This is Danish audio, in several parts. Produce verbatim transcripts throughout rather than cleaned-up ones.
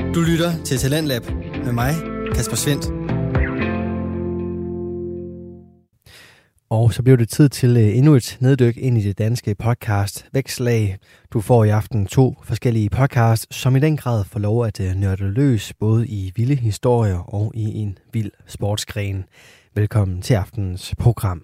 Du lytter til Talentlab med mig, Kasper Svendt. Og så blev det tid til endnu et neddyk ind i det danske podcast Vækslag. Du får i aften to forskellige podcasts, som i den grad får lov at nørde løs, både i vilde historier og i en vild sportsgren. Velkommen til aftenens program.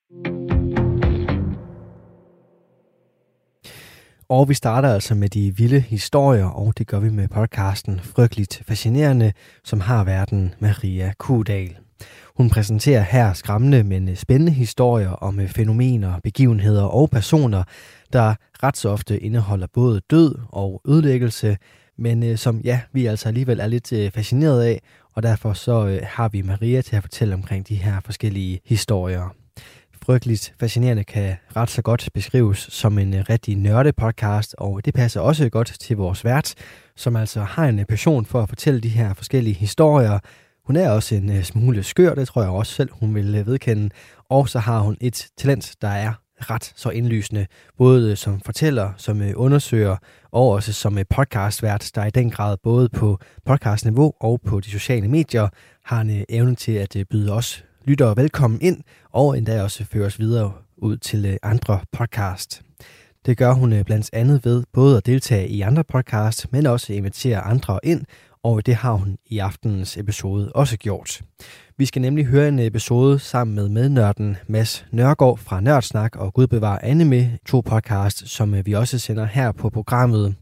Og vi starter altså med de vilde historier, og det gør vi med podcasten Frygteligt Fascinerende, som har værten Maria Kudal. Hun præsenterer her skræmmende, men spændende historier om fænomener, begivenheder og personer, der ret så ofte indeholder både død og ødelæggelse, men som ja, vi altså alligevel er lidt fascineret af, og derfor så har vi Maria til at fortælle omkring de her forskellige historier. Frygteligt Fascinerende kan ret så godt beskrives som en rigtig nørde-podcast, og det passer også godt til vores vært, som altså har en passion for at fortælle de her forskellige historier. Hun er også en smule skør, det tror jeg også selv, hun vil vedkende, og så har hun et talent, der er ret så indlysende, både som fortæller, som undersøger, og også som podcastvært, der i den grad både på podcastniveau og på de sociale medier har en evne til at byde os lyttere velkommen ind, og endda også føre os videre ud til andre podcast. Det gør hun blandt andet ved både at deltage i andre podcast, men også invitere andre ind, og det har hun i aftenens episode også gjort. Vi skal nemlig høre en episode sammen med mednørden Mads Nørgaard fra Nørdsnak og Gud bevare anime, to podcast, som vi også sender her på programmet.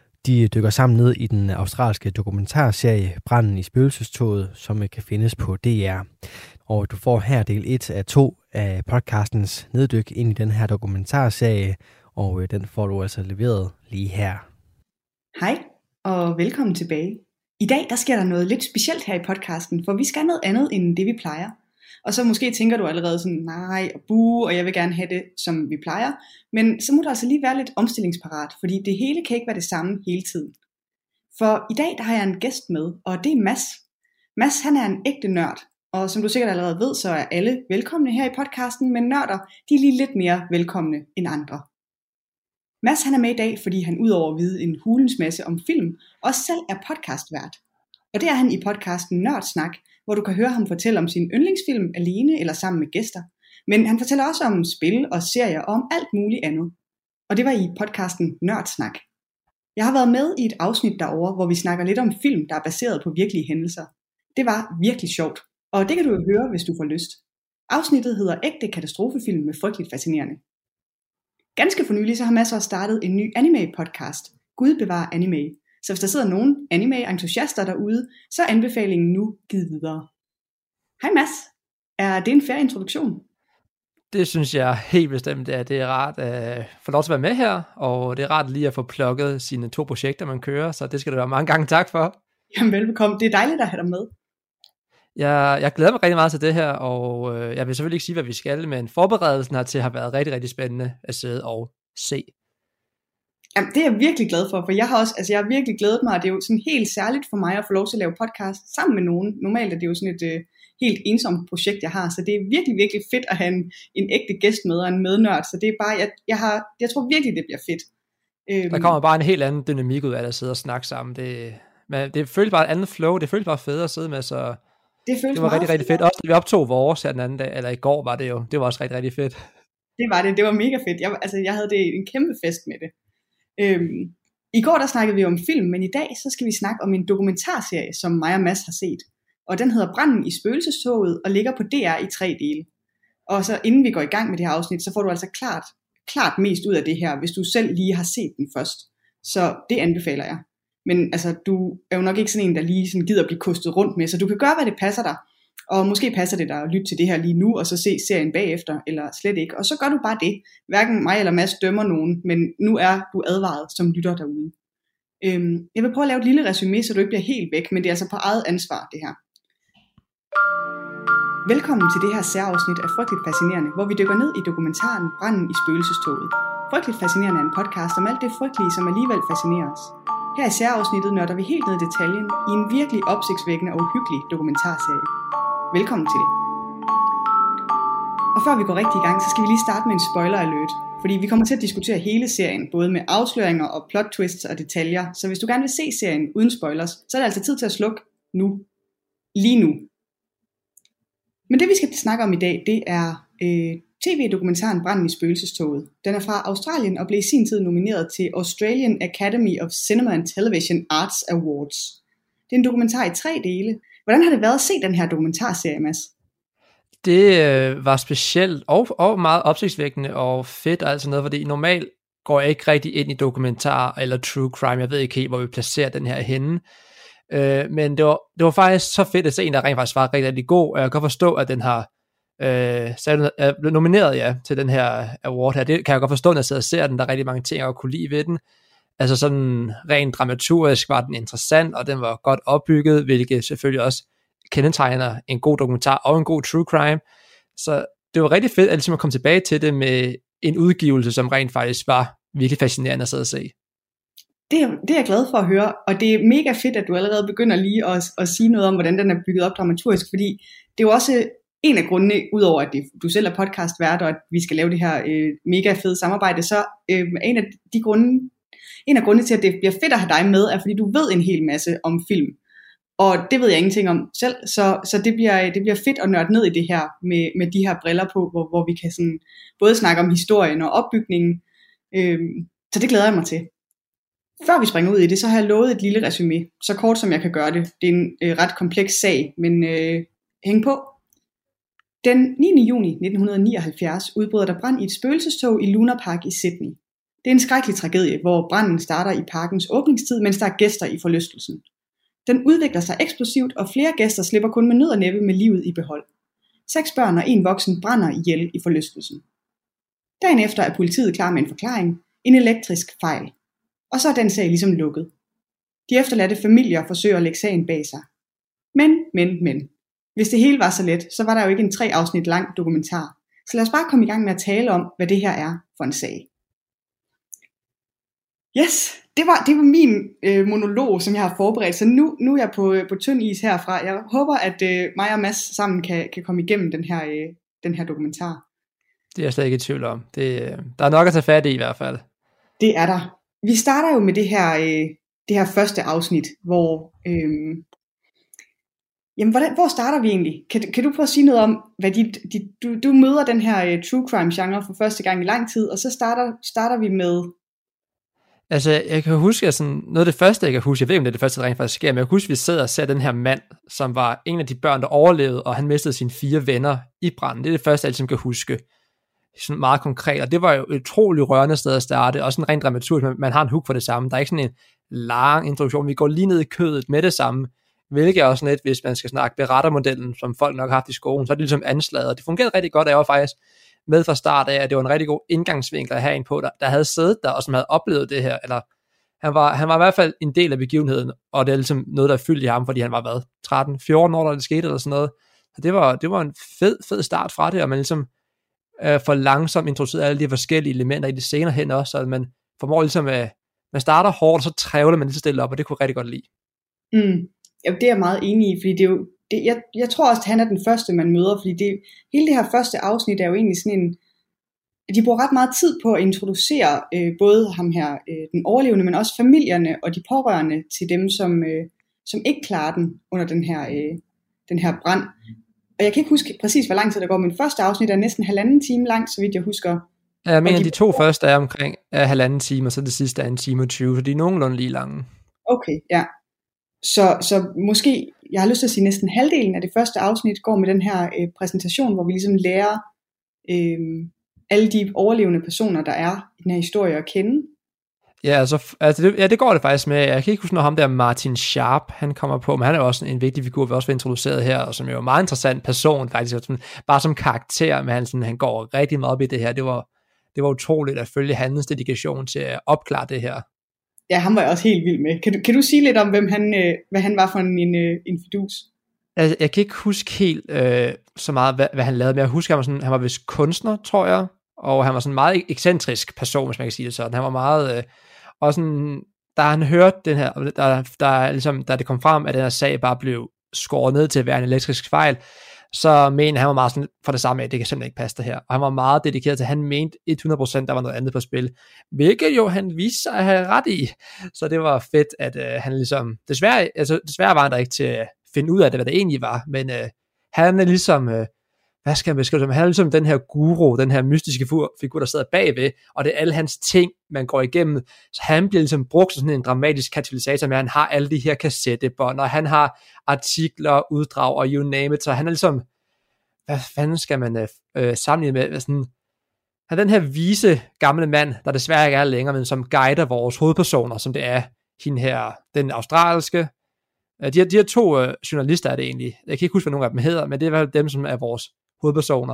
De dykker sammen ned i den australske dokumentarserie Branden i spøgelsestoget, som kan findes på D R. Og du får her del et af to af podcastens neddyk ind i den her dokumentarserie, og den får du altså leveret lige her. Hej, og velkommen tilbage. I dag der sker der noget lidt specielt her i podcasten, for vi skal noget andet end det vi plejer. Og så måske tænker du allerede sådan, nej og buh, og jeg vil gerne have det som vi plejer. Men så må du altså lige være lidt omstillingsparat, fordi det hele kan ikke være det samme hele tiden. For i dag der har jeg en gæst med, og det er Mads. Mads han er en ægte nørd, og som du sikkert allerede ved, så er alle velkomne her i podcasten, men nørder de er lige lidt mere velkomne end andre. Mads han er med i dag, fordi han udover at vide en hulens masse om film, også selv er podcastvært. Og det er han i podcasten Nørdsnak, hvor du kan høre ham fortælle om sin yndlingsfilm alene eller sammen med gæster. Men han fortæller også om spil og serier og om alt muligt andet. Og det var i podcasten Nørdsnak. Jeg har været med i et afsnit derovre, hvor vi snakker lidt om film, der er baseret på virkelige hændelser. Det var virkelig sjovt, og det kan du jo høre, hvis du får lyst. Afsnittet hedder Ægte katastrofefilm med Frygteligt Fascinerende. Ganske for nylig så har Mads også startet en ny anime-podcast, Gud bevare anime. Så hvis der sidder nogen anime-entusiaster derude, så er anbefalingen nu givet videre. Hej Mads, er det en fair introduktion? Det synes jeg helt bestemt er. Det er rart at få lov til at være med her, og det er rart lige at få plukket sine to projekter, man kører, så det skal du have mange gange tak for. Jamen velbekomme, det er dejligt at have dig med. Jeg, jeg glæder mig rigtig meget til det her, og øh, jeg vil selvfølgelig ikke sige, hvad vi skal, men forberedelsen hertil har været rigtig, rigtig spændende at sidde og se. Jamen, det er jeg virkelig glad for, for jeg har også, altså jeg har virkelig glædet mig, og det er jo sådan helt særligt for mig at få lov til at lave podcast sammen med nogen. Normalt er det jo sådan et øh, helt ensomt projekt, jeg har, så det er virkelig, virkelig fedt at have en, en ægte gæst med og en mednørd, så det er bare, jeg, jeg, har, jeg tror virkelig, det bliver fedt. Øhm, Der kommer bare en helt anden dynamik ud af at sidde og snakke sammen. Det, men det føles bare et andet flow, det føles bare fedt at sidde med, så det, det var rigtig, rigtig fedt. Også da vi optog vores her den anden dag, eller i går var det jo, det var også rigtig, rigtig fedt. Det var det, det var mega fedt. Jeg, altså, jeg havde det en kæmpe fest med det. Øhm, I går der snakkede vi om film, men i dag så skal vi snakke om en dokumentarserie, som mig og Mads har set. Og den hedder Branden i spøgelsestoget og ligger på D R i tre dele. Og så inden vi går i gang med det her afsnit, så får du altså klart, klart mest ud af det her, hvis du selv lige har set den først. Så det anbefaler jeg. Men altså, du er jo nok ikke sådan en, der lige sådan gider at blive kostet rundt med, så du kan gøre, hvad det passer dig. Og måske passer det dig at lytte til det her lige nu, og så se serien bagefter, eller slet ikke. Og så gør du bare det. Hverken mig eller Mads dømmer nogen, men nu er du advaret som lytter derude. Øhm, jeg vil prøve at lave et lille resumé, så du ikke bliver helt væk, men det er altså på eget ansvar, det her. Velkommen til det her særafsnit af Frygteligt Fascinerende, hvor vi dykker ned i dokumentaren Branden i spøgelsestoget. Frygteligt Fascinerende er en podcast om alt det frygtelige, som alligevel fascinerer os. Her i særafsnittet nørder vi helt ned i detaljen i en virkelig opsigtsvækkende og uhyggelig dokumentarserie. Velkommen til det. Og før vi går rigtig i gang, så skal vi lige starte med en spoiler alert. Fordi vi kommer til at diskutere hele serien, både med afsløringer og plot twists og detaljer. Så hvis du gerne vil se serien uden spoilers, så er det altså tid til at slukke nu. Lige nu. Men det vi skal snakke om i dag, det er øh, tv-dokumentaren Branden i spøgelsestoget. Den er fra Australien og blev i sin tid nomineret til Australian Academy of Cinema and Television Arts Awards. Det er en dokumentar i tre dele. Hvordan har det været at se den her dokumentarserie, Mads? Det øh, var specielt og, og meget opsigtsvækkende og fedt og alt sådan noget, fordi normalt går jeg ikke rigtig ind i dokumentar eller true crime. Jeg ved ikke helt, hvor vi placerer den her henne. Øh, men det var, det var faktisk så fedt at se en, der rent faktisk var rigtig, rigtig god, og jeg kan forstå, at den har øh, er blevet nomineret ja, til den her award her. Det kan jeg godt forstå, når jeg sidder og ser den. Der er rigtig mange ting, jeg kunne lide ved den. Altså sådan rent dramaturgisk var den interessant, og den var godt opbygget, hvilket selvfølgelig også kendetegner en god dokumentar og en god true crime. Så det var rigtig fedt at, ligesom at komme tilbage til det med en udgivelse, som rent faktisk var virkelig fascinerende at sidde og se. Det, det er jeg glad for at høre, og det er mega fedt, at du allerede begynder lige at, at sige noget om, hvordan den er bygget op dramaturgisk, fordi det er jo også en af grundene, udover at det, du selv er podcastvært, og at vi skal lave det her øh, mega fede samarbejde, så øh, en af de grunde, en af grundene til, at det bliver fedt at have dig med, er fordi du ved en hel masse om film. Og det ved jeg ingenting om selv, så, så det, bliver, det bliver fedt at nørde ned i det her, med, med de her briller på, hvor, hvor vi kan sådan, både snakke om historien og opbygningen. Øhm, så det glæder jeg mig til. Før vi springer ud i det, så har jeg lovet et lille resume, så kort som jeg kan gøre det. Det er en øh, ret kompleks sag, men øh, hæng på. Den niende juni nitten nioghalvfjerds udbryder der brand i et spøgelsestog i Luna Park i Sydney. Det er en skrækkelig tragedie, hvor branden starter i parkens åbningstid, mens der er gæster i forlystelsen. Den udvikler sig eksplosivt, og flere gæster slipper kun med nød og næppe med livet i behold. Seks børn og en voksen brænder ihjel i forlystelsen. Dagen efter er politiet klar med en forklaring, en elektrisk fejl. Og så er den sag ligesom lukket. De efterladte familier forsøger at lægge sagen bag sig. Men, men, men. Hvis det hele var så let, så var der jo ikke en tre afsnit lang dokumentar. Så lad os bare komme i gang med at tale om, hvad det her er for en sag. Yes, det var, det var min øh, monolog, som jeg har forberedt, så nu, nu er jeg på, på tynd is herfra. Jeg håber, at øh, mig og Mads sammen kan, kan komme igennem den her, øh, den her dokumentar. Det er jeg slet ikke i tvivl om. Det, øh, der er nok at tage fat i i hvert fald. Det er der. Vi starter jo med det her, øh, det her første afsnit, hvor... Øh, jamen, hvordan, hvor starter vi egentlig? Kan, kan du prøve at sige noget om, hvad dit, dit, du, du møder den her øh, true crime genre for første gang i lang tid, og så starter, starter vi med... Altså, jeg kan huske, at sådan, noget af det første, jeg kan huske, jeg ved ikke, om det er det første, der rent faktisk sker, men jeg kan huske, at vi sidder og ser den her mand, som var en af de børn, der overlevede, og han mistede sine fire venner i branden. Det er det første, jeg ligesom kan huske. Sådan meget konkret, og det var jo et utroligt rørende sted at starte, også en rent dramaturg, man, man har en hook for det samme. Der er ikke sådan en lang introduktion, vi går lige ned i kødet med det samme, hvilket er også lidt, hvis man skal snakke berettermodellen, som folk nok har haft i skolen, så er det ligesom anslaget, og det fungerede rigtig godt, og jeg var faktisk med fra start af, at det var en rigtig god indgangsvinkel at have en på, der, der havde siddet der, og som havde oplevet det her, eller han var, han var i hvert fald en del af begivenheden, og det er ligesom noget, der fyldte i ham, fordi han var, hvad, tretten fjorten år, da det skete, eller sådan noget, så det var, det var en fed, fed start fra det, og man ligesom øh, får langsomt introduceret alle de forskellige elementer i det senere hen også, så man formår ligesom, at man starter hårdt, og så trævler man lige så stille op, og det kunne jeg rigtig godt lide. Mm. Ja, det er jeg meget enig i, fordi det er jo, det, jeg, jeg tror også, at han er den første, man møder, fordi det, hele det her første afsnit er jo egentlig sådan en, de bruger ret meget tid på at introducere øh, både ham her, øh, den overlevende, men også familierne og de pårørende til dem, som, øh, som ikke klarer den under den her, øh, den her brand. Og jeg kan ikke huske præcis, hvor lang tid der går, men første afsnit er næsten halvanden time lang, så vidt jeg husker. Ja, men de, de to pårørende... første er omkring er halvanden time, og så det sidste er en time og tyve, så de er nogenlunde lige lange. Okay, ja. Så, så måske, jeg har lyst til at sige, næsten halvdelen af det første afsnit går med den her øh, præsentation, hvor vi ligesom lærer øh, alle de overlevende personer, der er i den her historie at kende. Ja, altså, altså det, ja, det går det faktisk med. Jeg kan ikke huske, når ham der Martin Sharp, han kommer på, men han er jo også en vigtig figur, vi også får introduceret her, og som er jo en meget interessant person, faktisk, sådan, bare som karakter, men han, sådan, han går rigtig meget op i det her. Det var, det var utroligt at følge hans dedikation til at opklare det her. Ja, han var jeg også helt vild med. Kan du, kan du sige lidt om, hvem han, øh, hvad han var for en, en, en fidus? Altså, jeg kan ikke huske helt øh, så meget, hvad, hvad han lavede, men jeg husker, han var, sådan, han var vist kunstner, tror jeg, og han var sådan en meget ekscentrisk person, hvis man kan sige det sådan. Han var meget, øh, og sådan, da han hørte den her, der, der, ligesom, da det kom frem, at den her sag bare blev skåret ned til at være en elektrisk fejl, så mener han var meget sådan for det samme, at det kan simpelthen ikke passe det her. Og han var meget dedikeret til, at han mente hundrede procent, der var noget andet på spil. Hvilket jo han viste sig at have ret i. Så det var fedt, at øh, han ligesom, desværre, altså, desværre var han der ikke til at finde ud af det, hvad det egentlig var. Men øh, han er ligesom, øh, hvad skal man beskrive det? Han er ligesom den her guru, den her mystiske figur, der sidder bagved, og det er alle hans ting, man går igennem. Så han bliver ligesom brugt som sådan en dramatisk katalysator med, at han har alle de her kassettebånd, og han har artikler, uddrag og you name it. Så han er ligesom, hvad fanden skal man øh, sammenligne med? Sådan, han er den her vise gamle mand, der desværre ikke er længere, men som guider vores hovedpersoner, som det er hende her, den australske. De her, de her to øh, journalister er det egentlig. Jeg kan ikke huske, hvad nogle af dem hedder, men det er i hvert fald dem, som er vores hovedpersoner.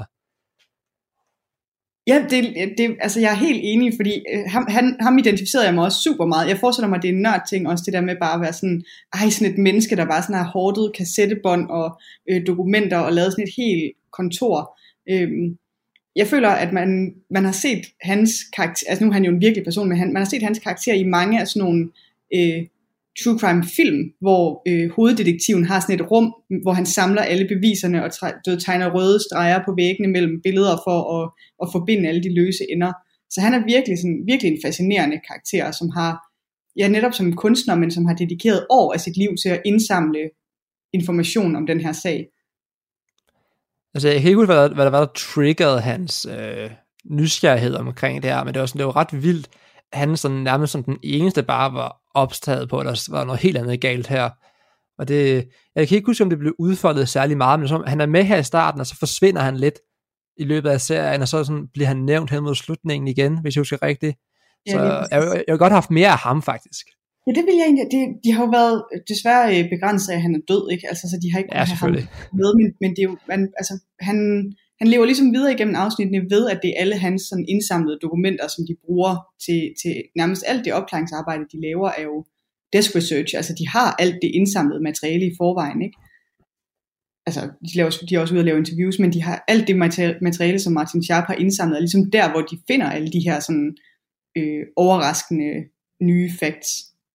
Ja, det, det, altså jeg er helt enig, fordi øh, ham, han, ham identificerede jeg mig også super meget. Jeg forestiller mig, at det er en nørd ting, også det der med bare at være sådan, ej, sådan et menneske, der bare sådan har hårdet kassettebånd og øh, dokumenter og lavet sådan et helt kontor. Øhm, jeg føler, at man, man har set hans karakter, altså nu er han jo en virkelig person, men han, man har set hans karakter i mange af sådan nogle øh, true crime film, hvor øh, hoveddetektiven har sådan et rum, hvor han samler alle beviserne og træ, tegner røde streger på væggene mellem billeder for at, at forbinde alle de løse ender. Så han er virkelig, sådan, virkelig en fascinerende karakter, som har, ja netop som en kunstner, men som har dedikeret år af sit liv til at indsamle information om den her sag. Altså jeg kan ikke huske, hvad der, hvad der var, der triggerede hans øh, nysgerrighed omkring det her, men det var, sådan, det var ret vildt. Han sådan, nærmest som den eneste bare var opstaget på, at der var noget helt andet galt her. Og det, jeg kan ikke huske, om det blev udfoldet særlig meget, men som, han er med her i starten, og så forsvinder han lidt i løbet af serien, og så sådan, bliver han nævnt hen mod slutningen igen, hvis jeg husker rigtigt. Så ja, jeg, jeg, jeg har godt haft mere af ham, faktisk. Ja, det vil jeg egentlig. De, de har jo været desværre begrænset af, at han er død, ikke? Altså, så de har ikke ja, selvfølgelig. Med, men, men det er jo, man, altså, han, han lever ligesom videre igennem afsnittene ved, at det er alle hans sådan indsamlede dokumenter, som de bruger til, til nærmest alt det opklaringsarbejde, de laver, er jo desk research. Altså, de har alt det indsamlede materiale i forvejen, ikke? Altså, de, laver, de er også ude at lave interviews, men de har alt det materiale, som Martin Sharp har indsamlet, er ligesom der, hvor de finder alle de her sådan øh, overraskende nye facts.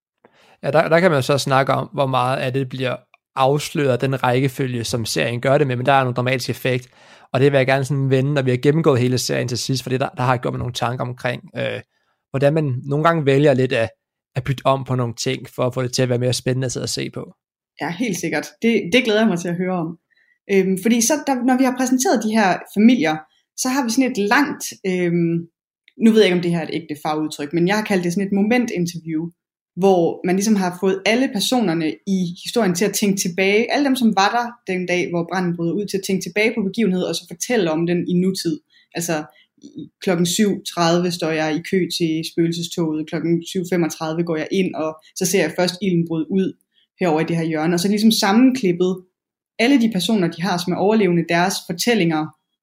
Ja, der, der kan man så snakke om, hvor meget af det bliver afsløret, den rækkefølge, som serien gør det med, men der er nogle dramatiske effekt, og det vil jeg gerne sådan vende, når vi har gennemgået hele serien til sidst, for det der, der har jeg gjort mig nogle tanker omkring, øh, hvordan man nogle gange vælger lidt at, at bytte om på nogle ting, for at få det til at være mere spændende at sidde og se på. Ja, helt sikkert. Det, det glæder jeg mig til at høre om. Øhm, fordi så, der, når vi har præsenteret de her familier, så har vi sådan et langt, øhm, nu ved jeg ikke, om det her er et ægte fagudtryk, men jeg har kaldt det sådan et momentinterview, hvor man ligesom har fået alle personerne i historien til at tænke tilbage, alle dem som var der den dag, hvor branden brød ud, til at tænke tilbage på begivenheden, og så fortælle om den i nutid. Altså klokken syv tredive står jeg i kø til spøgelsestoget, klokken syv femogtredive går jeg ind, og så ser jeg først ilden bryde ud herover i det her hjørne, og så ligesom sammenklippet alle de personer, de har som er overlevende, deres fortællinger,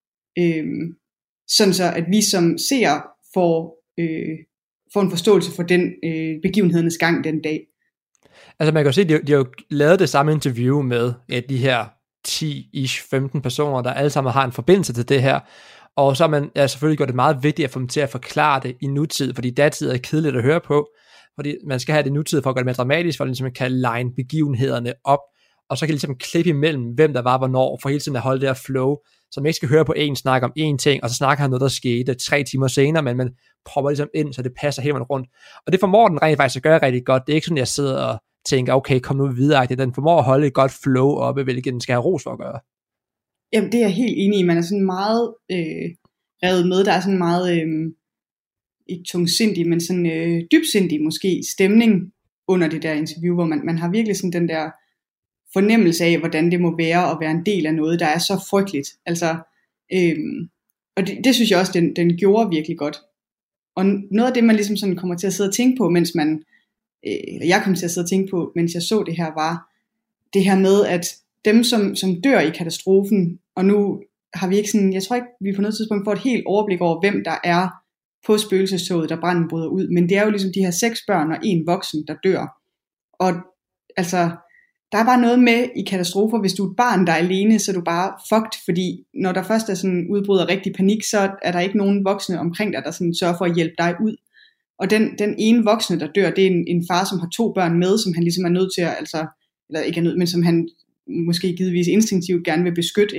øh, sådan så at vi som seere får øh, få en forståelse for den øh, begivenhedernes gang den dag. Altså man kan jo se, de, de har jo lavet det samme interview med ja, de her ti-ish femten personer, der alle sammen har en forbindelse til det her, og så har man ja, selvfølgelig gjort det meget vigtigt at få dem til at forklare det i nutid, fordi datid er kedeligt at høre på, fordi man skal have det i nutid for at gøre det mere dramatisk, for at ligesom kan line begivenhederne op, og så kan ligesom klippe imellem, hvem der var hvornår, for hele tiden at holde det her flow, så man ikke skal høre på en snak om én ting, og så snakker han noget, der skete tre timer senere, men man propper ligesom ind, så det passer hele vejen rundt. Og det formår den rent faktisk at gøre rigtig godt. Det er ikke sådan, jeg sidder og tænker, okay, kom nu videre. Den formår at holde et godt flow oppe, hvilket den skal have ros for at gøre. Jamen, det er jeg helt enig i. Man er sådan meget øh, revet med. Der er sådan meget, øh, ikke tungsindig, men sådan øh, dybsindig måske stemning under det der interview, hvor man, man har virkelig sådan den der fornemmelse af, hvordan det må være at være en del af noget, der er så frygteligt. Altså, øh, og det, det synes jeg også, den, den gjorde virkelig godt. Og noget af det, man ligesom sådan kommer til at sidde og tænke på, mens man, eller jeg kom til at sidde og tænke på, mens jeg så det her, var det her med, at dem, som, som dør i katastrofen, og nu har vi ikke sådan, jeg tror ikke, vi på noget tidspunkt får et helt overblik over, hvem der er på spøgelsestoget, der branden bryder ud, men det er jo ligesom de her seks børn og en voksen, der dør. Og altså, der er bare noget med i katastrofer, hvis du er et barn, der er alene, så er du bare fucked, fordi når der først er sådan udbryder rigtig panik, så er der ikke nogen voksne omkring dig, der sådan sørger for at hjælpe dig ud. Og den, den ene voksne, der dør, det er en, en far, som har to børn med, som han ligesom er nødt til at, altså, eller ikke er nødt, men som han måske givetvis instinktivt gerne vil beskytte, ikke?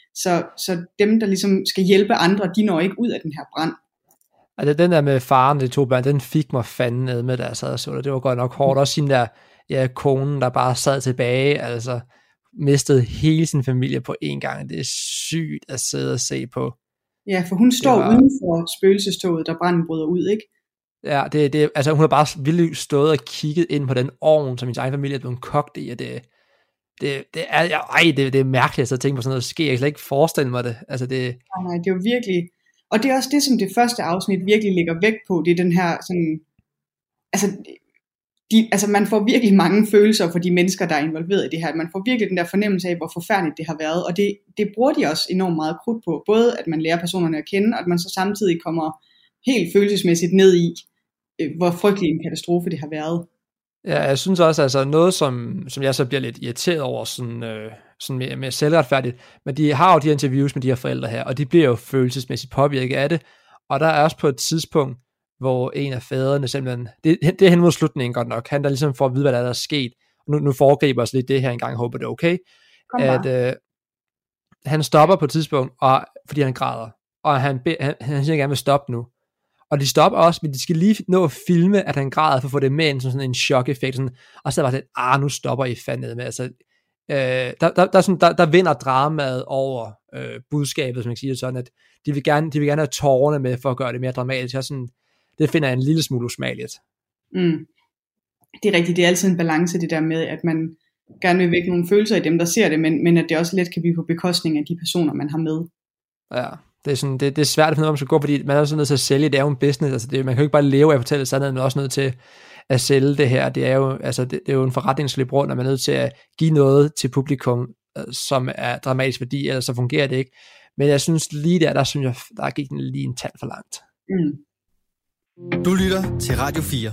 Så, så dem, der ligesom skal hjælpe andre, de når ikke ud af den her brand. Altså den der med faren, de to børn, den fik mig fanden ned med, da jeg sad og så det. Det var godt nok hårdt. Også sin der, ja, konen, der bare sad tilbage, altså mistede hele sin familie på én gang. Det er sygt at sidde og se på. Ja, for hun står var... uden for spøgelsestoget, der branden bryder ud, ikke? Ja, det, det, altså hun har bare vildt stået og kigget ind på den ovn, som hendes egen familie er blevet kogt i, og det, det, det er, ja, ej, det, det er mærkeligt at tænke på sådan noget sker. Jeg kan slet ikke forestille mig det. Altså det... Nej, nej, det er jo virkelig, og det er også det, som det første afsnit virkelig lægger vægt på, det er den her sådan, altså, de, altså man får virkelig mange følelser for de mennesker, der er involveret i det her. Man får virkelig den der fornemmelse af, hvor forfærdeligt det har været, og det, det bruger de også enormt meget krudt på, både at man lærer personerne at kende, og at man så samtidig kommer helt følelsesmæssigt ned i, hvor frygtelig en katastrofe det har været. Ja, jeg synes også, altså noget, som, som jeg så bliver lidt irriteret over, sådan, øh, sådan mere, mere selvretfærdigt, men de har jo de her interviews med de her forældre her, og de bliver jo følelsesmæssigt påvirket af det, og der er også på et tidspunkt, hvor en af fædrene simpelthen, det, det er hen mod slutningen godt nok, han der ligesom får at vide, hvad der er, der er sket, nu, nu foregriber os lidt det her engang, håber det er okay, at øh, han stopper på et tidspunkt, og, fordi han græder, og han, be, han, han siger, at han gerne vil stoppe nu. Og de stopper også, men de skal lige nå at filme, at han græder, for at få det med ind som sådan en chok-effekt. Sådan. Og så var det, ah, nu stopper I fandme med. Altså, øh, der, der, der, sådan, der, der vinder dramaet over øh, budskabet, som jeg siger sådan, at de vil, gerne, de vil gerne have tårerne med, for at gøre det mere dramatisk. Og sådan, det finder jeg en lille smule usmageligt. Mm. Det er rigtigt, det er altid en balance, det der med, at man gerne vil vække nogle følelser i dem, der ser det, men, men at det også let kan blive på bekostning af de personer, man har med. Ja. Det er, sådan, det, det er svært at finde ud af, om man skal gå, fordi man er også nødt til at sælge, det er jo en business, altså det, man kan jo ikke bare leve af at fortælle sandheden, men også nødt til at sælge det her, det er jo, altså det, det er jo en forretningsløb rundt, og man er nødt til at give noget til publikum, som er dramatisk værdi, ellers så fungerer det ikke, men jeg synes lige der, der synes jeg, der gik den lige en tand for langt. Mm. Du lytter til Radio fire.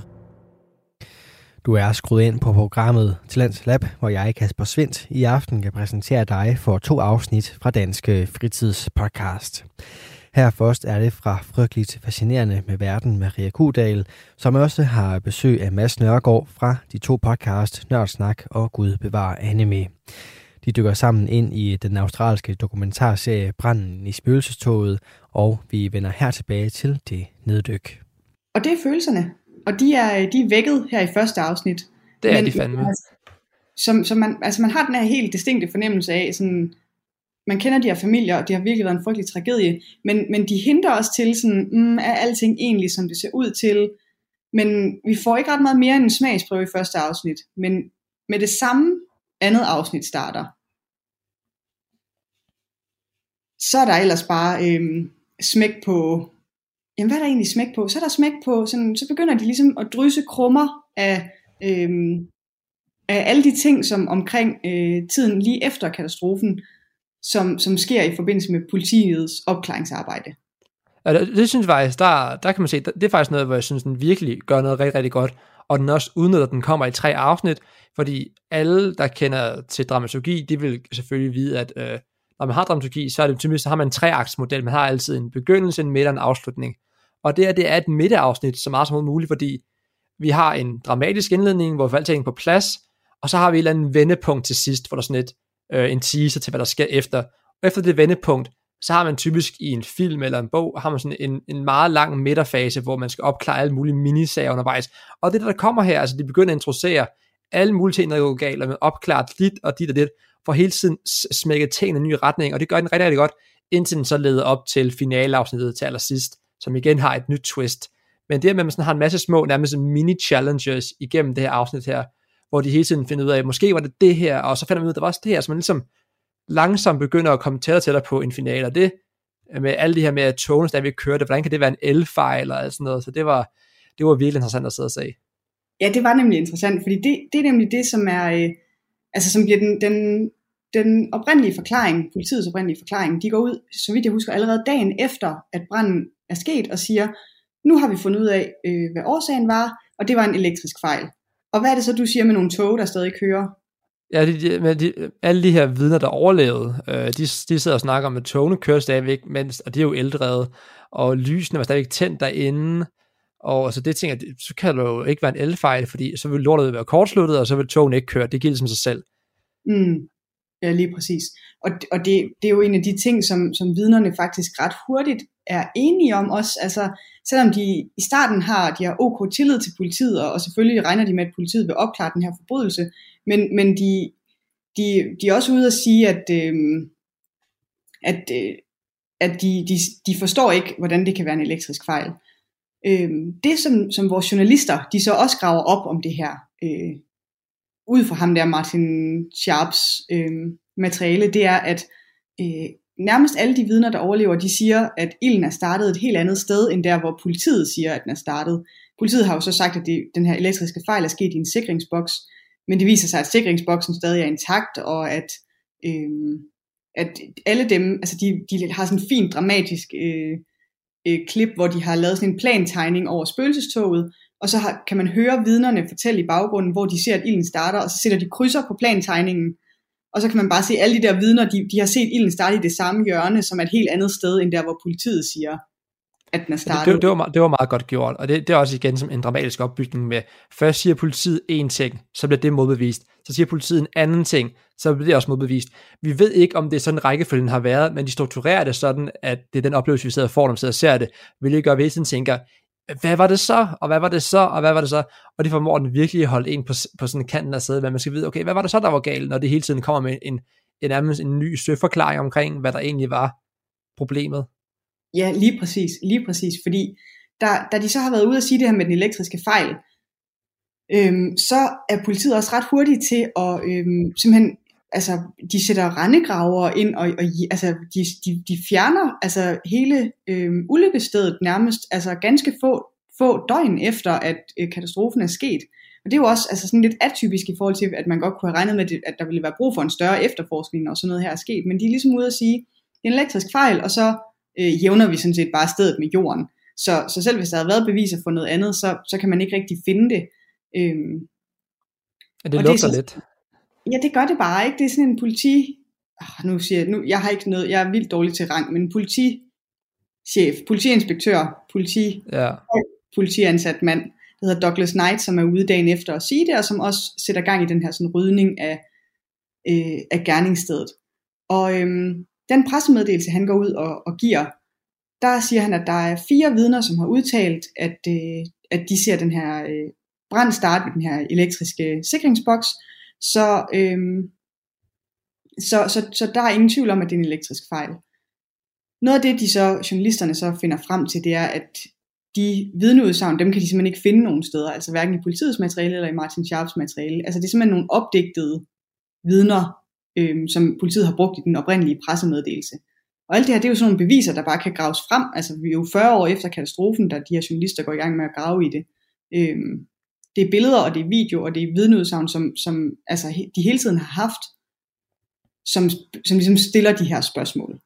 Du er skruet ind på programmet Talents Lab, hvor jeg, Kasper Svindt, i aften kan præsentere dig for to afsnit fra Danske Fritidspodcast. Her først er det fra Frygteligt Fascinerende med Verden, Maria Kuhdal, som også har besøg af Mads Nørgaard fra de to podcast Nørdsnak og Gud bevarer anime. De dykker sammen ind i den australske dokumentarserie Branden i spøgelsestoget, og vi vender her tilbage til det neddyk. Og det er følelserne. Og de er, de er vækket her i første afsnit. Det er men, de fandme. Som, som man, altså man har den her helt distinkte fornemmelse af, sådan, man kender de her familier, og det har virkelig været en frygtelig tragedie, men, men de hindrer os til, sådan, mm, er alting egentlig, som det ser ud til? Men vi får ikke ret meget mere end en smagsprøve i første afsnit. Men med det samme andet afsnit starter, så er der ellers bare øhm, smæk på... Jamen, hvad er der egentlig smæk på? Så er der smæk på, sådan, så begynder de ligesom at drysse krummer af, øhm, af alle de ting, som omkring øh, tiden lige efter katastrofen, som, som sker i forbindelse med politiets opklaringsarbejde. Ja, det, det synes jeg faktisk, der, der kan man se, det er faktisk noget, hvor jeg synes, den virkelig gør noget rigtig, rigtig godt, og den også udnytter, at den kommer i tre afsnit, fordi alle, der kender til dramaturgi, de vil selvfølgelig vide, at øh, når man har dramaturgi, så er det typisk, så har man en treaktsmodel, man har altid en begyndelse, en midt og en afslutning. Og det her, det er et midteafsnit, så meget som muligt, fordi vi har en dramatisk indledning, hvor vi får alting på plads, og så har vi et eller andet vendepunkt til sidst, hvor der er sådan et, øh, en teaser til, hvad der sker efter. Og efter det vendepunkt, så har man typisk i en film eller en bog, har man sådan en, en meget lang midterfase, hvor man skal opklare alle mulige minisager undervejs. Og det der kommer her, altså de begynder at introducere alle mulige ting, der går galt, og man opklarer dit og dit og dit, for hele tiden smække tingene i en ny retning, og det gør den rigtig, rigtig godt, indtil den så leder op til finaleafsnittet til allersidst, som igen har et nyt twist. Men det med, at man sådan har en masse små, nærmest mini-challenges igennem det her afsnit her, hvor de hele tiden finder ud af, måske var det det her, og så finder man ud af, at der var også det her, så man ligesom langsomt begynder at komme tættere tættere på en finale, og det med alle de her med tones, der vi kørte, hvordan kan det være en L-file og sådan noget, så det var, det var virkelig interessant at sidde og se. Ja, det var nemlig interessant, fordi det, det er nemlig det, som er, øh, altså som bliver den, den, den oprindelige forklaring, politiets oprindelige forklaring, de går ud, så vidt jeg husker, allerede dagen efter, at branden er sket, og siger, nu har vi fundet ud af, øh, hvad årsagen var, og det var en elektrisk fejl. Og hvad er det så, du siger med nogle tog, der stadig kører? Ja, de, de, de, alle de her vidner, der overlevede, øh, de, de sidder og snakker om, at togene kører stadigvæk, mens, og det er jo eldrevet, og lysene var stadigvæk tændt derinde, og så det tænker jeg, så kan det jo ikke være en elfejl, fordi så vil lortet være kortsluttet, og så vil togene ikke køre, det giver ligesom sig selv. Mm. Ja, lige præcis. Og, og det, det er jo en af de ting, som, som vidnerne faktisk ret hurtigt er enige om også. Altså, selvom de i starten har, de har ok tillid til politiet, og, og selvfølgelig regner de med, at politiet vil opklare den her forbrydelse, men, men de, de, de er også ude at sige, at, øh, at, øh, at de, de, de forstår ikke, hvordan det kan være en elektrisk fejl. Øh, det, som, som vores journalister, de så også graver op om det her, øh, ud fra ham der Martin Sharps øh, materiale, det er, at øh, nærmest alle de vidner, der overlever, de siger, at ilden er startet et helt andet sted, end der, hvor politiet siger, at den er startet. Politiet har jo så sagt, at det, den her elektriske fejl er sket i en sikringsboks, men det viser sig, at sikringsboksen stadig er intakt, og at, øh, at alle dem, altså de, de har sådan en fin dramatisk øh, øh, klip, hvor de har lavet sådan en plantegning over spøgelsestoget, og så har, kan man høre vidnerne fortælle i baggrunden, hvor de ser, at ilden starter, og så sætter de krydser på plantegningen, og så kan man bare se, at alle de der vidner, de, de har set ilden starte i det samme hjørne, som er et helt andet sted, end der, hvor politiet siger, at den er startet. Det, det, var, det var meget godt gjort, og det, det er også igen som en dramatisk opbygning med, først siger politiet en ting, så bliver det modbevist, så siger politiet en anden ting, så bliver det også modbevist. Vi ved ikke, om det er sådan en rækkefølgen har været, men de strukturerer det sådan, at det er den oplevelse, vi sidder og får, når vi sidder og ser det, hvilket gør, at vi tænker, hvad var det så, og hvad var det så, og hvad var det så, og det formår den virkelig at holde en på, på sådan en kanten af sædet, hvad man skal vide, okay, hvad var det så, der var galt, når det hele tiden kommer med en, en, en, en ny søforklaring omkring, hvad der egentlig var problemet. Ja, lige præcis, lige præcis, fordi da, da de så har været ude at sige det her med den elektriske fejl, øhm, så er politiet også ret hurtige til at øhm, simpelthen, altså de sætter rendegraver ind, og, og altså, de, de, de fjerner altså hele øhm, ulykkesstedet nærmest, altså ganske få, få døgn efter, at øh, katastrofen er sket. Og det er jo også altså, sådan lidt atypisk i forhold til, at man godt kunne have regnet med, at der ville være brug for en større efterforskning, og sådan noget her er sket. Men de er ligesom ude at sige, det er en elektrisk fejl, og så øh, jævner vi sådan set bare stedet med jorden. Så, så selv hvis der havde været beviser for noget andet, så, så kan man ikke rigtig finde det. Øhm, ja, det lugter det så, lidt. Ja, det gør det bare ikke. Det er sådan en politi... Oh, nu siger jeg, nu, jeg har ikke noget, jeg er vildt dårlig til rang, men en politichef, politiinspektør, politi, ja. politiansat mand, der hedder Douglas Knight, som er ude dagen efter at sige det, og som også sætter gang i den her sådan rydning af, øh, af gerningsstedet. Og øhm, den pressemeddelelse, han går ud og, og giver, der siger han, at der er fire vidner, som har udtalt, at, øh, at de ser den her øh, brand starte ved den her elektriske sikringsboks, så, øhm, så, så, så der er ingen tvivl om, at det er en elektrisk fejl. Noget af det, de så, journalisterne så finder frem til, det er, at de vidneudsagn, dem kan de simpelthen ikke finde nogen steder, altså hverken i politiets materiale eller i Martin Sharps materiale. Altså det er simpelthen nogle opdigtede vidner, øhm, som politiet har brugt i den oprindelige pressemeddelelse. Og alt det her, det er jo sådan nogle beviser, der bare kan graves frem. Altså vi er jo fyrre år efter katastrofen, da de her journalister går i gang med at grave i det. Øhm, det er billeder, og det er video, og det er vidneudsagn, som, som altså, de hele tiden har haft, som, som ligesom stiller de her spørgsmål.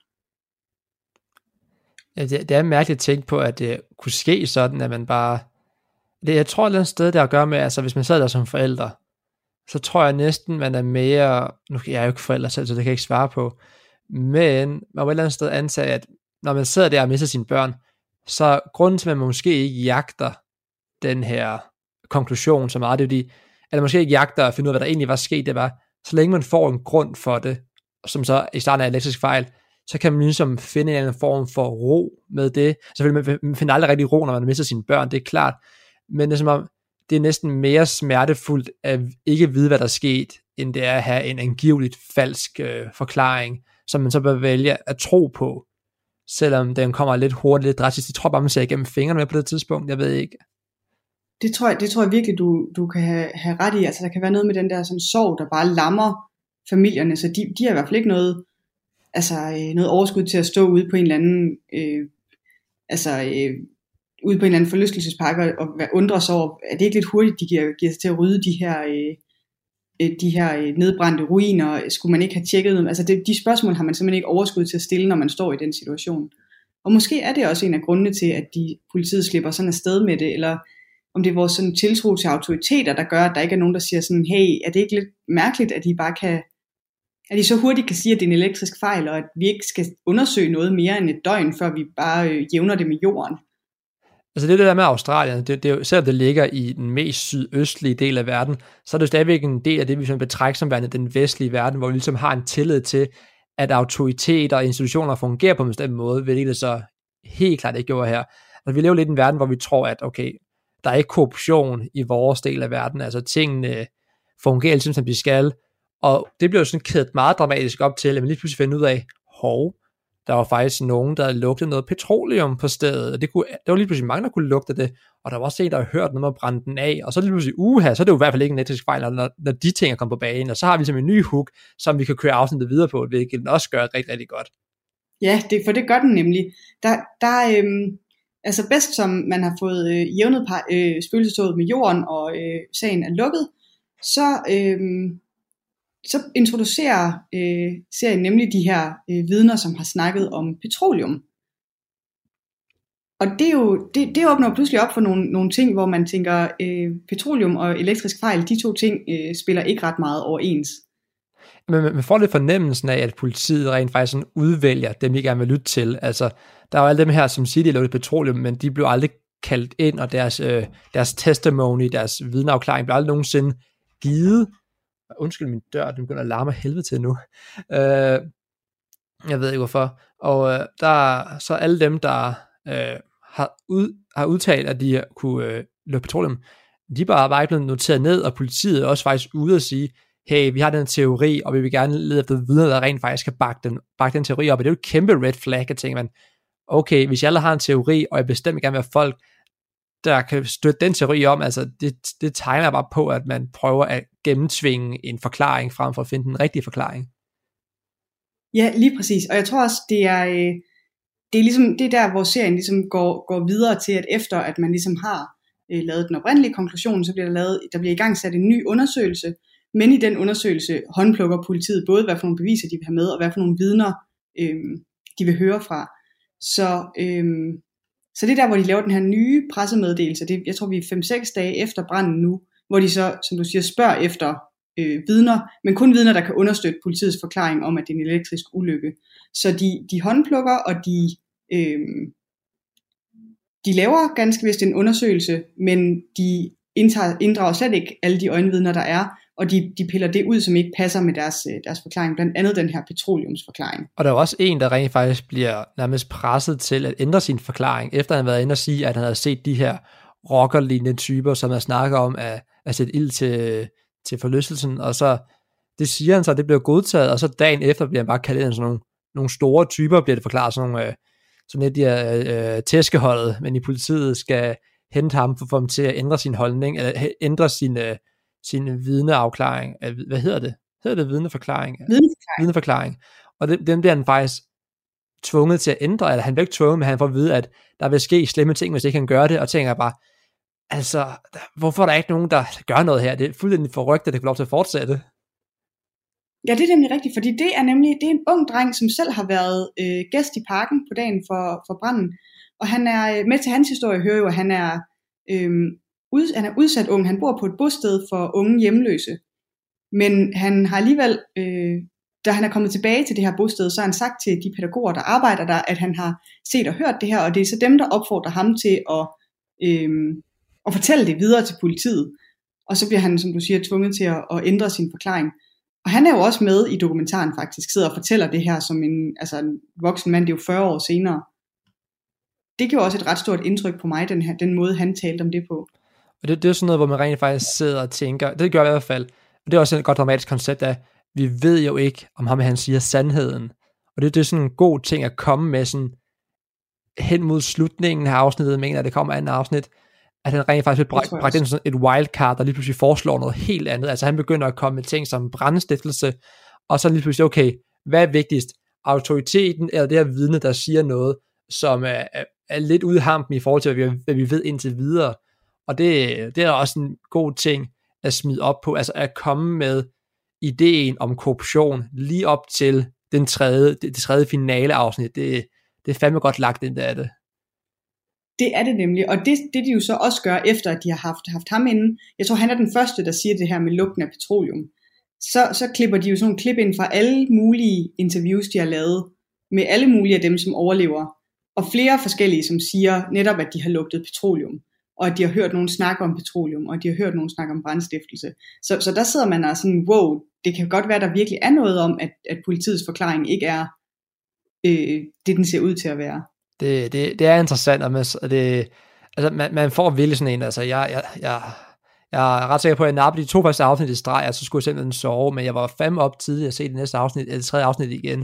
Ja, det, det er mærkeligt at tænke på, at det kunne ske sådan, at man bare... Det, jeg tror, et eller andet sted, der at gøre med, altså hvis man sidder der som forældre, så tror jeg næsten, man er mere... Nu jeg er jeg jo ikke forælder selv, så det kan jeg ikke svare på. Men man må et eller andet sted antage, at når man sidder der og mister sine børn, så grunden til, at man måske ikke jagter den her konklusion så meget, det er fordi, eller måske ikke jagter at finde ud af, hvad der egentlig var sket, det var, så længe man får en grund for det, som så i starten er elektrisk fejl, så kan man ligesom finde en eller anden form for ro med det. Selvfølgelig, man finder aldrig rigtig ro, når man mister sine børn, det er klart, men det er som om, det er næsten mere smertefuldt at ikke vide, hvad der er sket, end det er at have en angiveligt falsk øh, forklaring, som man så bør vælge at tro på, selvom den kommer lidt hurtigt, lidt drastisk. Jeg tror bare, man ser igennem fingrene med på det tidspunkt, jeg ved ikke. Det tror jeg, det tror jeg virkelig, du, du kan have, have ret i. Altså, der kan være noget med den der sådan sorg, der bare lammer familierne, så de, de har i hvert fald ikke noget, altså, noget overskud til at stå ude på en eller anden, øh, altså, øh, ude på en eller anden forlystelsespark og, og undre sig over, er det ikke lidt hurtigt, de giver, giver sig til at rydde de her, øh, de her nedbrændte ruiner? Skulle man ikke have tjekket dem? Altså, det, de spørgsmål har man simpelthen ikke overskud til at stille, når man står i den situation. Og måske er det også en af grundene til, at de politiet slipper sådan afsted med det, eller om det er vores sådan tiltro til autoriteter, der gør, at der ikke er nogen, der siger sådan, hey, er det ikke lidt mærkeligt, at de bare kan, at de så hurtigt kan sige, at det er en elektrisk fejl, og at vi ikke skal undersøge noget mere end et døgn, før vi bare øh, jævner det med jorden. Altså det, det der med Australien, det, det er jo, selvom det ligger i den mest sydøstlige del af verden, så er det stadigvæk en del af det, vi sådan betragter som værende den vestlige verden, hvor vi ligesom har en tillid til, at autoriteter og institutioner fungerer på en bestemt måde, hvilket det så helt klart ikke gjorde her. Altså vi lever lidt i en verden, hvor vi tror, at okay, der er ikke korruption i vores del af verden, altså tingene fungerer ligesom som de skal, og det bliver jo sådan kædet meget dramatisk op til, at man lige pludselig finder ud af, hov, der var faktisk nogen, der lugtede noget petroleum på stedet, og det, kunne, det var lige pludselig mange, der kunne lugte det, og der var også en, der havde hørt noget med at brænde den af, og så lige pludselig, uha, så er det jo i hvert fald ikke en elektrisk fejl, når, når de ting er kommet på banen, og så har vi ligesom en ny hook, som vi kan køre afsnittet videre på, hvilket den også gør rigtig, rigtig godt. Ja, det, for det gør den nemlig. Der, der øhm, altså bedst som man har fået øh, jævnet par, øh, spøgelsestoget med jorden, og øh, sagen er lukket, så... Øhm, så introducerer øh, serien nemlig de her øh, vidner, som har snakket om petroleum. Og det, er jo, det, det åbner pludselig op for nogle, nogle ting, hvor man tænker, øh, petroleum og elektrisk fejl, de to ting øh, spiller ikke ret meget overens. Men man får lidt fornemmelsen af, at politiet rent faktisk sådan udvælger dem, de gerne vil lytte til. Altså, der er jo alle dem her, som siger, de har lavet petroleum, men de blev aldrig kaldt ind, og deres, øh, deres testimony, deres vidneafklaring blev aldrig nogensinde givet. Undskyld min dør, den begynder at larme helvede til nu. Øh, jeg ved ikke hvorfor. Og øh, der så alle dem, der øh, har, ud, har udtalt, at de kunne øh, løbe petroleum, de bare bare ikke blevet noteret ned, og politiet er også faktisk ude at sige, hey, vi har den teori, og vi vil gerne lede efter videre, der rent faktisk kan bakke den, bakke den teori op. Og det er jo et kæmpe red flag, at tænke man, okay, hvis jeg allerede har en teori, og jeg bestemt gerne vil have folk, der kan støtte den teori om, altså det, det tegner bare på, at man prøver at gennemtvinge en forklaring, frem for at finde den rigtige forklaring. Ja, lige præcis. Og jeg tror også, det er, det er, ligesom, det er der, hvor serien ligesom går, går videre til, at efter at man ligesom har øh, lavet den oprindelige konklusion, så bliver der, lavet, der bliver i gang sat en ny undersøgelse, men i den undersøgelse håndplukker politiet både, hvad for nogle beviser de vil have med, og hvad for nogle vidner øh, de vil høre fra. Så... Øh, Så det er der, hvor de laver den her nye pressemeddelelse. Det, jeg tror, vi er fem seks dage efter branden nu, hvor de så, som du siger, spørger efter øh, vidner, men kun vidner, der kan understøtte politiets forklaring om, at det er en elektrisk ulykke. Så de, de håndplukker, og de, øh, de laver ganske vist en undersøgelse, men de indtager, inddrager slet ikke alle de øjenvidner, der er, og de, de piller det ud, som ikke passer med deres, deres forklaring, blandt andet den her petroleumsforklaring. Og der er også en, der rent faktisk bliver nærmest presset til at ændre sin forklaring, efter han har været inde og sige, at han havde set de her rockerlignende typer, som han snakker om at, at sætte ild til, til forlystelsen, og så det siger han så, at det bliver godtaget, og så dagen efter bliver han bare kaldt ind sådan nogle, nogle store typer, bliver det forklaret, sådan nogle, øh, sådan lidt de her øh, tæskeholdet, men i politiet skal hente ham for at få ham til at ændre sin holdning, eller ændre sin øh, sin vidneafklaring, hvad hedder det? Hedder det vidneforklaring? Vidneforklaring. Vidneforklaring. Og det, den bliver han faktisk tvunget til at ændre, eller han bliver ikke tvunget, men han får at vide, at der vil ske slemme ting, hvis ikke han gør det, og tænker bare, altså, hvorfor er der ikke nogen, der gør noget her? Det er fuldstændig forrygt, at det kan få lov til at fortsætte. Ja, det er nemlig rigtigt, fordi det er nemlig, det er en ung dreng, som selv har været øh, gæst i parken på dagen for, for branden, og han er, med til hans historie hører jo, at han er, øh, ud, han er udsat ung, han bor på et bosted for unge hjemløse, men han har alligevel, øh, da han er kommet tilbage til det her bosted, så har han sagt til de pædagoger, der arbejder der, at han har set og hørt det her, og det er så dem, der opfordrer ham til at, øh, at fortælle det videre til politiet, og så bliver han, som du siger, tvunget til at, at ændre sin forklaring. Og han er jo også med i dokumentaren faktisk, sidder og fortæller det her som en, altså en voksen mand, det er jo fyrre år senere. Det gjorde også et ret stort indtryk på mig, den, her, den måde han talte om det på. Og det, det er jo sådan noget, hvor man rent faktisk sidder og tænker, det gør jeg i hvert fald, og det er også et godt dramatisk koncept af, vi ved jo ikke, om ham han siger sandheden. Og det, det er sådan en god ting at komme med sådan hen mod slutningen af afsnittet, mener at det kommer anden afsnit, at han rent faktisk bliver bragt ind sådan et wildcard, der lige pludselig foreslår noget helt andet. Altså han begynder at komme med ting som brandstiftelse, og så lige pludselig, okay, hvad er vigtigst? Autoriteten eller det her vidne, der siger noget, som er, er, er lidt ude i hampen i forhold til, hvad vi, hvad vi ved indtil videre. Og det, det er også en god ting at smide op på, altså at komme med ideen om korruption lige op til den tredje, det, det tredje finale afsnit. Det, det er fandme godt lagt ind af det. Det er det nemlig, og det, det de jo så også gør, efter at de har haft, haft ham inde, jeg tror han er den første, der siger det her med lugten af petroleum, så, så klipper de jo sådan nogle klip ind fra alle mulige interviews, de har lavet, med alle mulige af dem, som overlever, og flere forskellige, som siger netop, at de har lugtet petroleum, og at de har hørt nogen snakke om petroleum, og de har hørt nogen snakke om brandstiftelse. Så, så der sidder man og sådan, wow, det kan godt være, der virkelig er noget om, at, at politiets forklaring ikke er øh, det, den ser ud til at være. Det, det, det er interessant, og man, det, altså, man, man får virkelig sådan en, altså jeg, jeg, jeg, jeg er ret sikker på, at jeg nappede de to første afsnit i streg, og så skulle jeg simpelthen sove, men jeg var fandme op tidligt at se det næste afsnit, eller det tredje afsnit igen.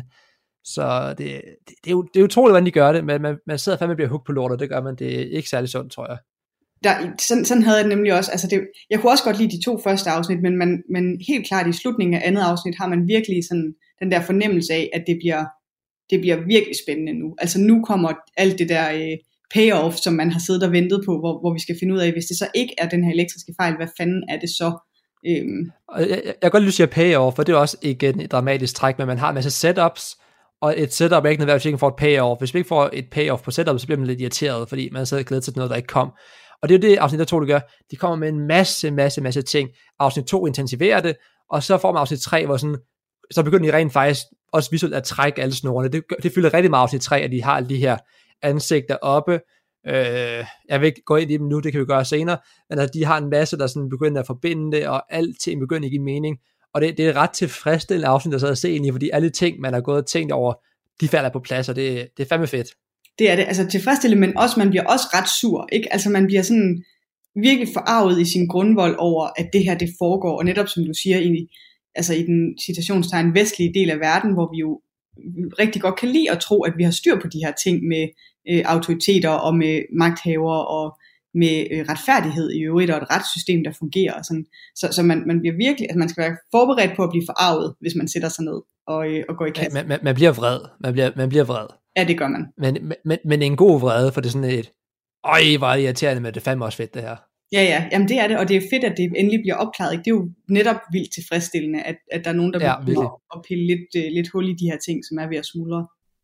Så det, det, det, er jo, det er utroligt, hvordan de gør det, men man, man sidder fandme og bliver hooked på lortet, det gør man, det er ikke særlig sundt, tror jeg. Der, sådan, sådan havde jeg det nemlig også, altså det, jeg kunne også godt lide de to første afsnit, men, man, men helt klart i slutningen af andet afsnit har man virkelig sådan den der fornemmelse af, at det bliver, det bliver virkelig spændende nu. Altså nu kommer alt det der øh, payoff, som man har siddet og ventet på, hvor, hvor vi skal finde ud af, hvis det så ikke er den her elektriske fejl, hvad fanden er det så? Øhm. Jeg, jeg, jeg kan godt lide at sige payoff, for det er også igen et dramatisk træk, men man har en masse setups, og et setup er ikke nødvendigt, hvis vi ikke får et payoff. Hvis vi ikke får et payoff på setup, så bliver man lidt irriteret, fordi man sidder og glæder sig til noget, der ikke kom. Og det er jo det, afsnit der to, det gør. De kommer med en masse, masse, masse ting. Afsnit to intensiverer det, og så får man afsnit tre, hvor sådan, så begynder de rent faktisk også visuelt at trække alle snorene. Det, det fylder rigtig meget afsnit tre, at de har alle de her ansigter oppe. Øh, jeg vil ikke gå ind i dem nu, det kan vi gøre senere, men at de har en masse, der sådan begynder at forbinde det, og alting begynder at give mening. Og det, det er ret tilfredsstillende afsnit, der så at se ind i, fordi alle ting, man har gået og tænkt over, de falder på plads, og det, det er fandme fedt. Det er det, altså tilfredsstillende, men også, man bliver også ret sur, ikke? Altså man bliver sådan virkelig forarvet i sin grundvold over, at det her det foregår, og netop som du siger, i, altså i den citationstegn vestlige del af verden, hvor vi jo rigtig godt kan lide at tro, at vi har styr på de her ting med øh, autoriteter og med magthavere og med øh, retfærdighed i øvrigt, og et retssystem, der fungerer. Og sådan. Så, så man, man bliver virkelig, altså man skal være forberedt på at blive forarvet, hvis man sætter sig ned og, øh, og går i kassen. Man, man, man bliver vred. Man bliver, man bliver vred. Ja, det gør man. Men, men, men en god vrede, for det er sådan et, øj, hvor er det irriterende, men det er fandme også fedt, det her. Ja, ja, jamen det er det, og det er fedt, at det endelig bliver opklaret. Ikke? Det er jo netop vildt tilfredsstillende, at, at der er nogen, der ja, vil at pille lidt, uh, lidt hul i de her ting, som er ved at smuldre.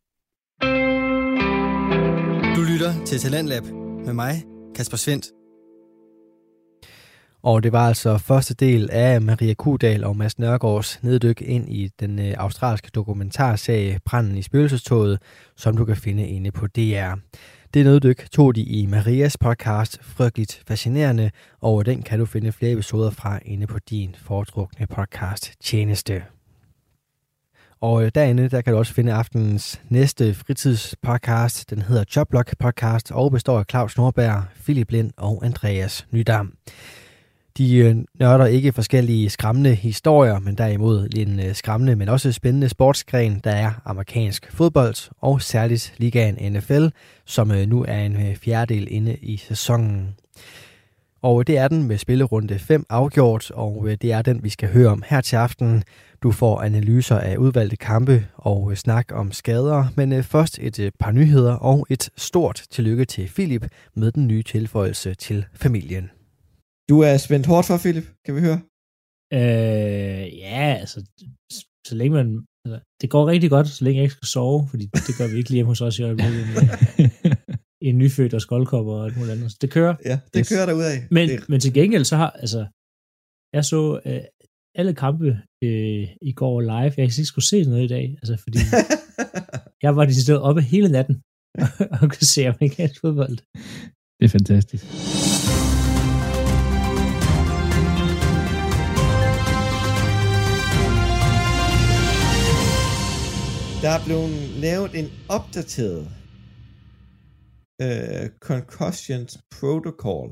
Du lytter til Talentlab med mig, Kasper Svendt. Og det var altså første del af Maria Kuhdal og Mads Nørgaards neddyk ind i den øh, australske dokumentarserie Branden i spøgelsestoget, som du kan finde inde på D R. Det neddyk tog de i Marias podcast Frygteligt Fascinerende, og den kan du finde flere episoder fra inde på din foretrukne podcast tjeneste. Og derinde, der kan du også finde aftenens næste fritidspodcast. Den hedder Joblog Podcast og består af Claus Nordberg, Philip Lind og Andreas Nydam. De nørder ikke forskellige skræmmende historier, men derimod en skræmmende, men også spændende sportsgren, der er amerikansk fodbold, og særligt ligaen N F L, som nu er en fjerdedel inde i sæsonen. Og det er den med spillerunde fem afgjort, og det er den, vi skal høre om her til aften. Du får analyser af udvalgte kampe og snak om skader, men først et par nyheder og et stort tillykke til Philip med den nye tilføjelse til familien. Du er spændt hårdt for, Philip, kan vi høre? Øh, ja, altså, så længe man, altså, det går rigtig godt, så længe jeg ikke skal sove, fordi det gør vi ikke lige hjemme hos os i øjeblikket med en nyfødt og skoldkopper og alt muligt andet. Så det kører. Ja, det yes. kører derudad. Men, det... men til gengæld så har, altså, jeg så øh, alle kampe øh, i går live. Jeg ikke skulle se noget i dag, altså, fordi jeg var de stedet oppe hele natten og kunne se amerikansk fodbold. Det er fantastisk. Der er blevet lavet en opdateret uh, concussions protocol.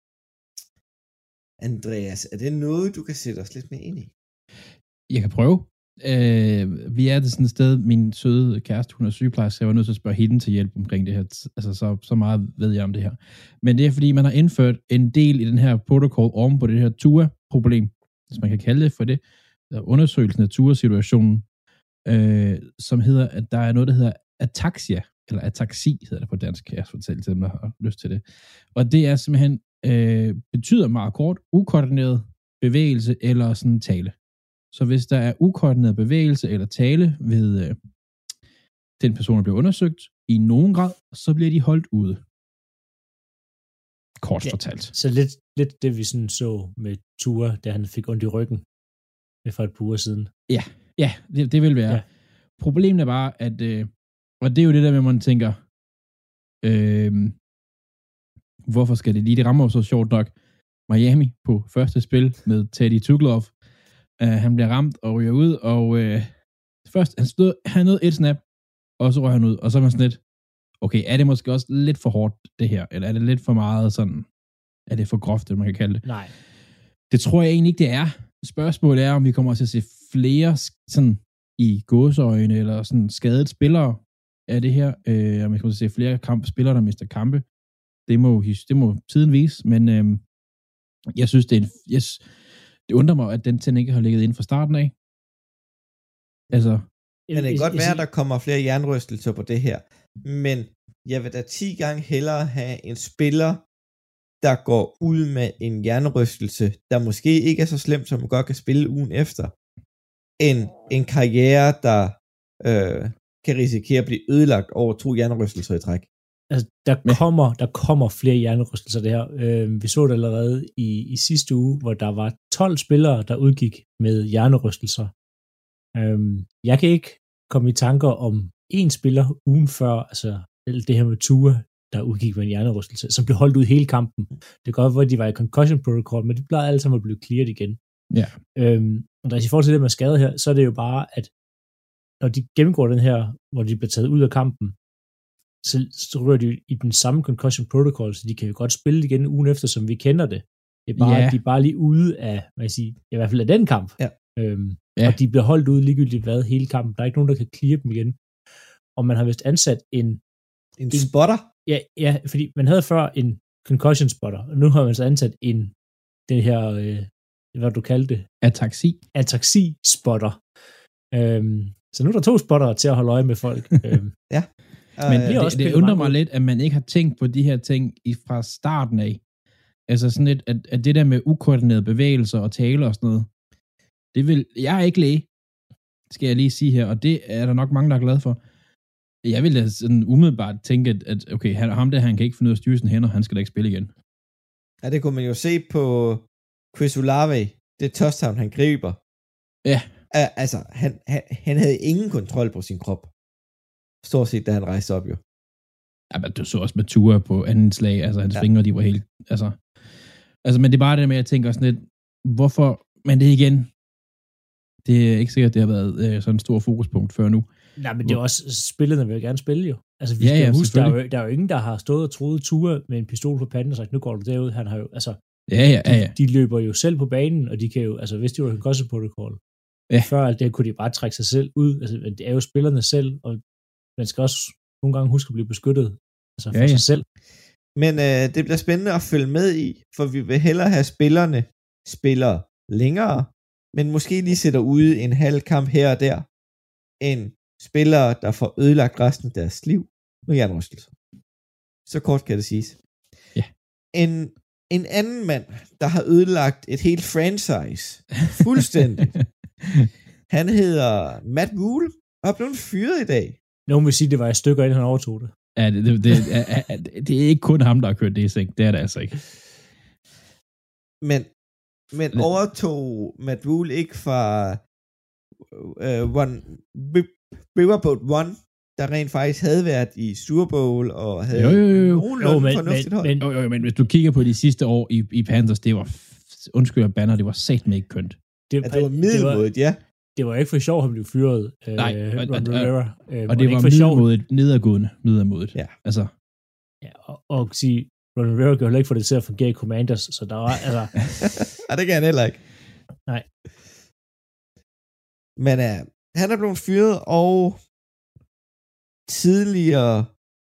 Andreas, er det noget, du kan sætte os lidt mere ind i? Jeg kan prøve. Uh, vi er det sådan et sted, min søde kæreste, hun er sygeplejerske, så jeg var nødt til at spørge hende til hjælp omkring det her. Altså, så, så meget ved jeg om det her. Men det er, fordi man har indført en del i den her protokol oven på det her T U A-problem, hvis man kan kalde det for det, undersøgelsen af T U A-situationen, Øh, som hedder, at der er noget, der hedder ataxia, eller ataxi hedder det på dansk, kan jeg fortælle til dem, der har lyst til det. Og det er simpelthen, øh, betyder meget kort, ukoordineret bevægelse eller sådan tale. Så hvis der er ukoordineret bevægelse eller tale ved øh, den person, der bliver undersøgt, i nogen grad, så bliver de holdt ude. Kort ja, fortalt. Så lidt, lidt det, vi sådan så med Tua, da han fik ondt i ryggen for et par uger siden. Ja. Ja, det, det vil være. Ja. Problemet er bare, at, øh, og det er jo det der med, at man tænker, Øh, hvorfor skal det lige? Det rammer jo så sjovt nok Miami på første spil med Teddy Tuglov. Uh, han bliver ramt og ryger ud, og uh, først, han stod, han nåede et snap, og så røg han ud, og så er man sådan lidt, okay, er det måske også lidt for hårdt, det her? Eller er det lidt for meget sådan, er det for groft, det man kan kalde det? Nej. Det tror jeg egentlig ikke, det er. Spørgsmålet er, om vi kommer til at se flere sådan i gåseøjne, eller sådan skadede spillere af det her, øh, om vi kommer til at se flere kamp, spillere, der mister kampe. Det må, det må tiden vise, men øh, jeg synes, det er en, jeg, det undrer mig, at den ting ikke har ligget inden fra starten af. Altså. Men det kan godt være, at der kommer flere jernrystelser på det her. Men jeg vil da ti gange hellere have en spiller, der går ud med en jernrystelse, der måske ikke er så slemt, som man godt kan spille ugen efter, end en karriere, der øh, kan risikere at blive ødelagt over to jernrystelser i træk. Altså, der kommer, der kommer flere hjernerystelser der. Øh, vi så det allerede i, i sidste uge, hvor der var tolv spillere, der udgik med hjernerystelser. Øh, jeg kan ikke komme i tanker om en spiller ugen før, altså det her med Tua, der udgik med en hjernerystelse, som blev holdt ud hele kampen. Det kan godt være, at de var i concussion protocol, men de plejede alle sammen at blive clearet igen. Ja. Øhm, og der i forhold til det med skade her, så er det jo bare, at når de gennemgår den her, hvor de bliver taget ud af kampen, så, så ryger de i den samme concussion protocol, så de kan jo godt spille igen ugen efter, som vi kender det. Det er bare, ja. at de er bare lige ude af, hvad jeg siger, i hvert fald af den kamp. Ja. Øhm, ja. Og de bliver holdt ude ligegyldigt hvad hele kampen. Der er ikke nogen, der kan clear dem igen. Og man har vist ansat en... En spotter? Ja, ja, fordi man havde før en concussion spotter, og nu har man så ansat en, den her, øh, hvad du kaldte det? Ataxi. Ataxi-spotter. Øhm, så nu er der to spotter til at holde øje med folk. øhm. Ja. Men uh, det, det, det undrer mig lidt, at man ikke har tænkt på de her ting i, fra starten af. Altså sådan lidt, at, at det der med ukoordinerede bevægelser og tale og sådan noget, det vil, jeg er ikke læge, skal jeg lige sige her, og det er der nok mange, der er glade for. Jeg vil da sådan umiddelbart tænke, at, at okay, ham der, han kan ikke finde ud af at styre sine hænder, han skal da ikke spille igen. Ja, det kunne man jo se på Chris Olave, det touchdown, han griber. Ja. Uh, altså, han, han, han havde ingen kontrol på sin krop. Stort set, da han rejste op jo. Ja, men du så også med Tua på anden slag, altså hans ja. fingre, de var helt, altså, altså, men det er bare det med, at jeg tænker sådan lidt, hvorfor, men det igen, det er ikke sikkert, det har været øh, sådan et stort fokuspunkt før nu. Nej, men det er også, spillerne vil gerne spille jo. Altså, vi ja, skal ja, huske, der er, jo, der er jo ingen, der har stået og troet Tua med en pistol på panden og sagt, nu går du derud. Han har jo, altså, ja, ja, ja, ja. De, de løber jo selv på banen, og de kan jo, altså, hvis de var en concussion protocol, ja. Før alt det, kunne de bare trække sig selv ud. Altså, det er jo spillerne selv, og man skal også nogle gange huske at blive beskyttet, altså for ja, ja. sig selv. Men øh, det bliver spændende at følge med i, for vi vil hellere have spillerne spiller længere, men måske lige sætter ude en halv kamp her og der, end spillere, der får ødelagt resten af deres liv med jernrystelser. Så kort kan det siges. Ja. En, en anden mand, der har ødelagt et helt franchise, fuldstændig. Han hedder Matt Rhule, og er blevet fyret i dag. Nogen vil sige, det var i stykker, inden han overtog det. Ja, det, det, det, det, det er ikke kun ham, der har kørt det i seng. Det er det altså ikke. Men, men overtog Matt Rhule ikke fra uh, one, Riverboat One, der rent faktisk havde været i Super Bowl og havde jo, jo, jo. nogenlunde jo, men, fornuftigt men, hold. Men, jo, jo, men hvis du kigger på de sidste år i, i Panthers, det var, undskyld banner, det var satme ikke kønt. Det, ja, det var middelmådigt, ja. Det var ikke for sjov, at han blev fyret. Nej, øh, og, Ron og, Rivera, øh, og det var middelmådigt, nedadgående, middelmådigt. Ja. Altså. Ja, og, og sige, Ron Rivera kan heller ikke få det til at fungere i Commanders, så der var, altså... ja, det kan han heller ikke. Nej. Men uh, han er blevet fyret, og tidligere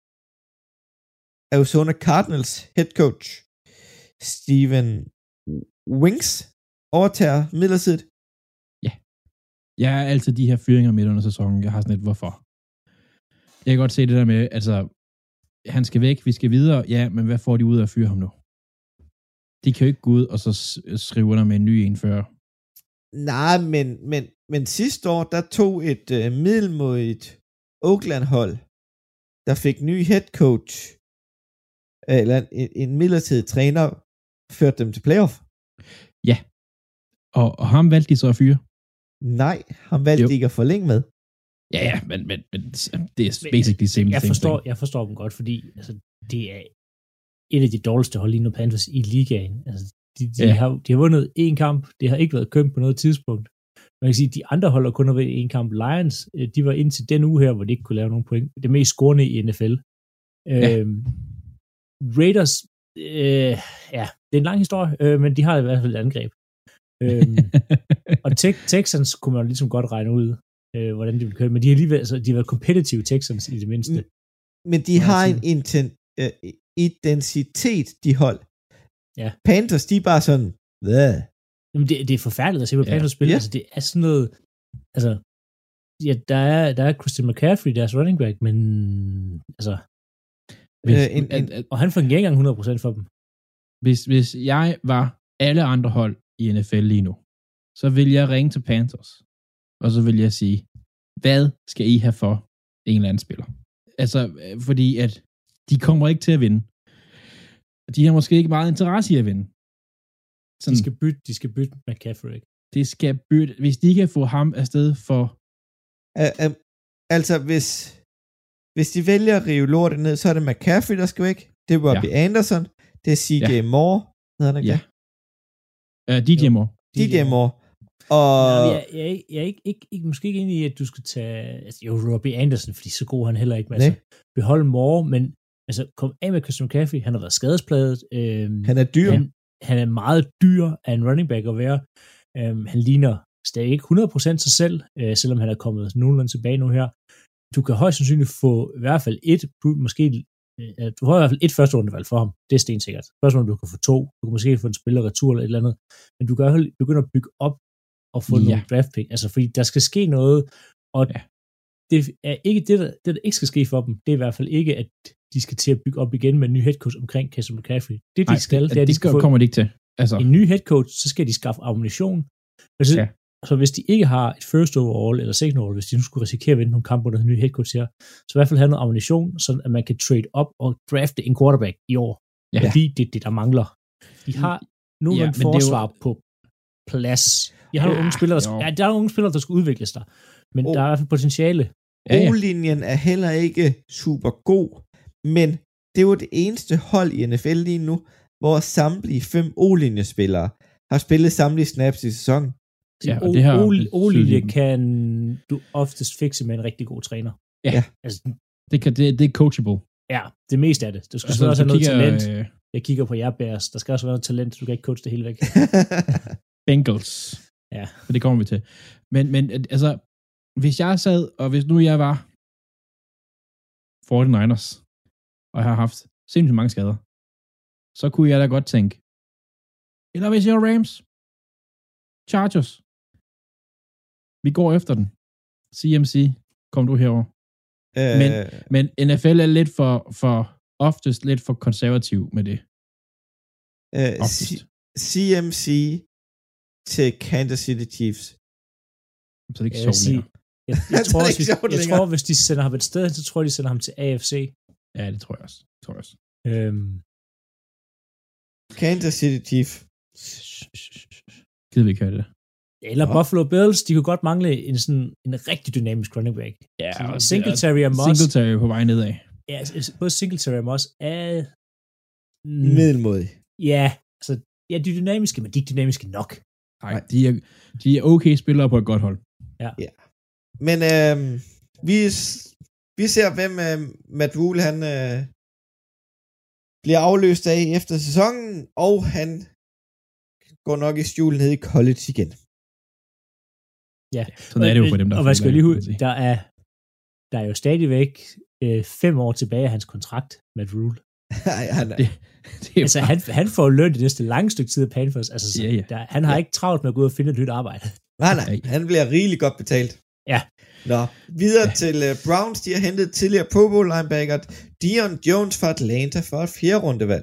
Arizona Cardinals head coach Steven Wings overtager midlertidigt. Ja. Jeg er altid de her fyringer midt under sæsonen. Jeg har sådan et, hvorfor? Jeg kan godt se det der med, altså, han skal væk, vi skal videre. Ja, men hvad får de ud af at fyre ham nu? De kan jo ikke gå ud og så skrive under med en ny enogfyrre. Nej, men, men, men sidste år, der tog et øh, middelmådigt Oakland-hold, der fik ny head coach, eller en, en midlertidig træner, førte dem til playoff. Ja. Og, og ham valgte de så at fyre? Nej, ham valgte jo. de ikke at forlænge med. Ja, ja, men, men, men det er basically same jeg thing. Forstår, jeg forstår dem godt, fordi altså, det er et af de dårligste hold lige nu, Panthers, i ligaen. Altså, de, de, Ja. har, de har vundet én kamp. Det har ikke været kønt på noget tidspunkt. Man kan sige, at de andre hold har kun har vundet én kamp. Lions, de var indtil den uge her, hvor de ikke kunne lave nogen point. Det mest scorende i N F L. Ja. Øhm, Raiders, øh, ja, det er en lang historie, øh, men de har i hvert fald et angreb. øhm, og te- Texans kunne man ligesom godt regne ud, øh, hvordan de vil køre, men de har alligevel, altså, de har været competitive Texans i det mindste. Men de Må jeg har sige. en inten, øh, identitet, de hold. Ja. Panthers, de er bare sådan, hvad? Jamen, det, det er forfærdeligt at se på Ja. Panthers spille. Ja. Altså, det er sådan noget, altså, ja, der er, der er Christian McCaffrey, deres running back, men altså, Hvis, Øh, en- at, en- at, og han fungerer ikke engang hundrede procent for dem. hvis, hvis jeg var alle andre hold i N F L lige nu, så vil jeg ringe til Panthers, og så vil jeg sige, hvad skal I have for en eller anden spiller? Altså, øh, fordi at de kommer ikke til at vinde. De har måske ikke meget interesse i at vinde. De skal bytte, de skal bytte McCaffrey, ikke? Det skal bytte, hvis de kan få ham afsted for, Uh, uh, altså, hvis, hvis de vælger at rive lortet ned, så er det McCaffrey, der skal væk. Det er Robbie ja. Anderson. Det er C J ja. Moore. Hedder han ikke ja, det? uh, D J Moore. D J Moore. Og... Nå, jeg, jeg, er ikke- jeg er ikke, ikke, ikke, måske ikke enig i, at du skal tage, altså jo, Robbie Anderson, fordi så god er han heller ikke, men altså, beholde Moore, men altså, kom af med Christian McCaffrey, han har været skadespladet. Øhm, Han er dyr. Han, han er meget dyr af en running back at være. Øhm, han ligner stadig ikke hundrede procent sig selv, øh, selvom han er kommet nogenlunde tilbage nu her. Du kan højst sandsynligt få i hvert fald et, måske, øh, du har i hvert fald et første rundevalg for ham. Det er stensikkert. Først du kan få to, du kan måske få en spiller retur eller et eller andet, men du kan i hvert fald begynde at bygge op og få ja. nogle draft pick. Altså, fordi der skal ske noget, og ja. det er ikke det der, det, der ikke skal ske for dem. Det er i hvert fald ikke, at de skal til at bygge op igen med en ny head coach omkring Christian McCaffrey. Det, de Nej, skal, det, det er, at de det skal få kommer de ikke til. Altså. en ny head coach, så skal de skaffe ammunition. Altså, ja. Så hvis de ikke har et first overall eller second overall, hvis de nu skulle risikere at vinde nogle kampe under den nye head coach her, så i hvert fald have noget ammunition, så at man kan trade op og drafte en quarterback i år. Ja. Fordi det er det, der mangler. De har nu ja, en forsvar jo... på plads. De har ja, nogle unge spillere, der skal, ja, der er nogle unge spillere, der skal udvikles der. Men oh. der er i hvert fald potentiale. O-linjen er heller ikke super god, men det er jo det eneste hold i N F L lige nu, hvor samtlige fem O-linjespillere har spillet samtlige snaps i sæsonen. Ja, og det her O-linje kan du oftest fikse med en rigtig god træner. Ja, altså, det, kan, det, det er coachable. Ja, det meste af det. Du skal altså, også have noget kigger, talent. Øh... Jeg kigger på jer, Bears. Der skal også være noget talent. Du kan ikke coache det hele væk. Bengals. Ja. Så det kommer vi til. Men, men altså, hvis jeg sad, og hvis nu jeg var forty-niners, og jeg har haft sindssygt mange skader, så kunne jeg da godt tænke, eller hvis jeg er Rams, Chargers, vi går efter den. C M C, kom du herover. Øh... Men, men N F L er lidt for, for oftest lidt for konservativ med det. Øh, C M C til Kansas City Chiefs. Så det er ikke sjovt længere. Jeg, jeg, tror, også, hvis, jeg tror, hvis de sender ham et sted, så tror jeg, de sender ham til A F C. Ja, det tror jeg også. Det tror jeg også. Øhm. Kansas City Chiefs. Gider vi ikke høre det? Eller ja. Buffalo Bills, de kunne godt mangle en sådan en rigtig dynamisk running back. Ja, og Singletary og Moss. Singletary på vej nedad. Ja, både Singletary og Moss er... Mm, middelmådig. Ja, altså, ja, de er dynamiske, men de er ikke dynamiske nok. Nej, de er, de er okay spillere på et godt hold. Ja. ja. Men øh, vi, vi ser, hvem øh, Matt Rhule, han øh, bliver afløst af efter sæsonen, og han går nok i skjulen ned i college igen. Ja, sådan er det jo for dem, der og hvad skal lige ud? Der er, der er jo stadigvæk øh, fem år tilbage af hans kontrakt, Matt Rhule. han er, det, det er altså, han, han får løn i næste lange stykke tid af Panthers. Altså, ja, ja. Der, han har ja. ikke travlt med at gå ud og finde et nyt arbejde. Nej, nej. Han bliver rigeligt godt betalt. Ja. Nå, videre ja. til uh, Browns. De har hentet tidligere Pro Bowl linebacker Dion Jones fra Atlanta for et fjerde rundevalg.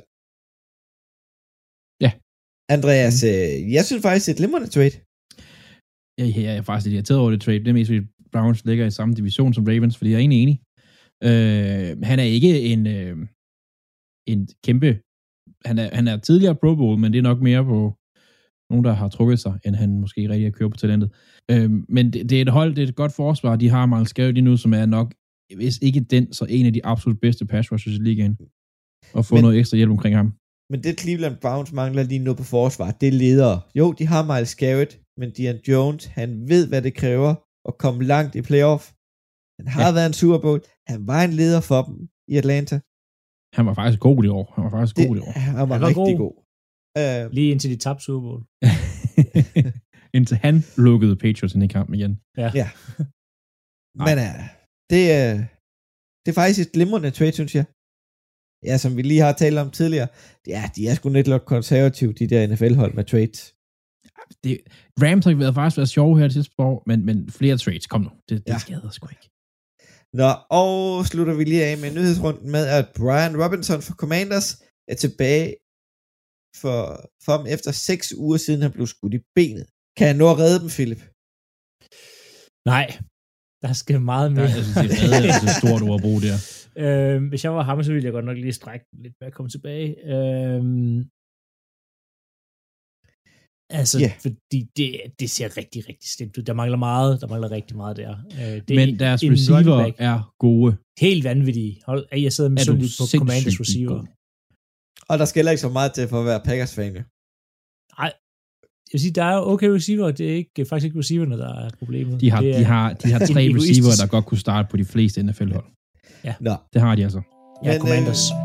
Ja. Andreas, mm. øh, jeg synes faktisk, det er et glimrende trade. Ja, ja, jeg er faktisk lidt irriteret over det trade. Det er mest fordi Browns ligger i samme division som Ravens, fordi jeg er egentlig enig. Øh, han er ikke en, øh, en kæmpe... Han er, han er tidligere Pro Bowl, men det er nok mere på nogen, der har trukket sig, end han måske rigtig har kørt på talentet. Øh, men det, det er et hold, det er et godt forsvar. De har Miles Garrett lige nu, som er nok, hvis ikke den, så en af de absolut bedste pass rushers i ligaen. Og få men, noget ekstra hjælp omkring ham. Men det Cleveland Browns mangler lige nu på forsvar, det er ledere. Jo, de har Myles Garrett, men Deion Jones, han ved, hvad det kræver at komme langt i playoff. Han har ja. været en Super Bowl. Han var en leder for dem i Atlanta. Han var faktisk god i år. Han var faktisk det, god i år. Han var, han var rigtig god. god. Uh, Lige indtil de tabte Super Bowl. Indtil han lukkede Patriots ind i kampen igen. Ja. ja. Men uh, det, uh, det er faktisk et glimrende trade, synes jeg. Ja, som vi lige har talt om tidligere. Ja, de er sgu lidt lidt konservative, de der N F L-hold med trades. Det, Rams har været faktisk været sjove her til sidste år, men, men flere trades, kom nu. Det, det ja. skader sgu ikke. Nå, og slutter vi lige af med nyhedsrunden med, at Brian Robinson for Commanders er tilbage for, for dem efter seks uger siden han blev skudt i benet. Kan jeg nå at redde dem, Philip? Nej, der skal meget mere. Der, jeg synes, det er redde, et stort ord at bruge der. Øh, hvis jeg var ham, så ville jeg godt nok lige strække lidt med at komme tilbage. Øh, altså, yeah. fordi det, det ser rigtig, rigtig slemt ud. Der mangler meget, der mangler rigtig meget der. Øh, det Men deres receiver er gode. Helt vanvittige. Hold, jeg sidder med sådan lidt på Commanders receiver. God. Og der skal heller ikke så meget til for at være Packers-fan. Nej, jeg vil sige, der er okay receiver, det er ikke, faktisk ikke receiverne, der er problemet. De har, er, de har, de har tre receiver, der godt kunne starte på de fleste N F L-hold. Ja. Nå. Det har de altså. Ja, Men, Commanders. Øh,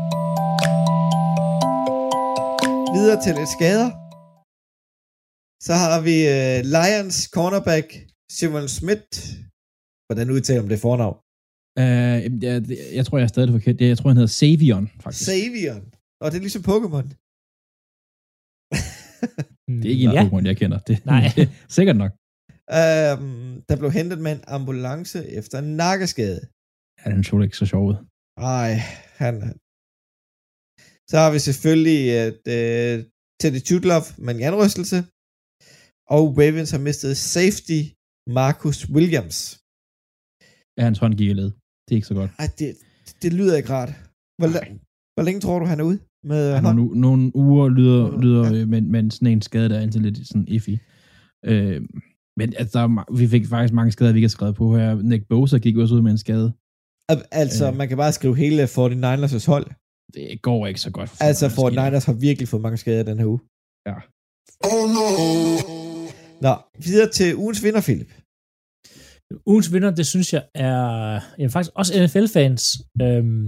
videre til lidt skader. Så har vi uh, Lions cornerback Simon Smith. Hvordan udtaler man det fornavn? Uh, jeg, jeg tror, jeg er stadig forkert. Jeg tror, han hedder Savion, faktisk. Savion. Og det er ligesom Pokémon. Det er ikke en ja. Pokémon, jeg kender. Det, Nej. det sikkert nok. Um, der blev hentet med en ambulance efter en nakkeskade. Ja, den så ikke så sjov ud. Ej, han... Så har vi selvfølgelig et, uh, Teddy Tudlov med en hjernerystelse. Og Ravens har mistet safety Marcus Williams. Ja, hans hånd gik i led. Det er ikke så godt. Ej, det, det lyder ikke rart. Hvor, hvor længe tror du, han er ude? Med ja, nogle, nogle uger lyder, lyder ja. men, men sådan en skade, der er altid lidt sådan iffy. Øh, men altså, der er, vi fik faktisk mange skader, vi ikke har skrevet på her. Nick Bosa gik også ud med en skade. Altså, øh, man kan bare skrive hele forty-niners' hold. Det går ikke så godt. For altså, forty-niners har virkelig fået mange skader den her uge. Ja. Oh no! Nå, videre til ugens vinder, Philip. Ugens vinder, det synes jeg er ja, faktisk også N F L-fans. Øhm,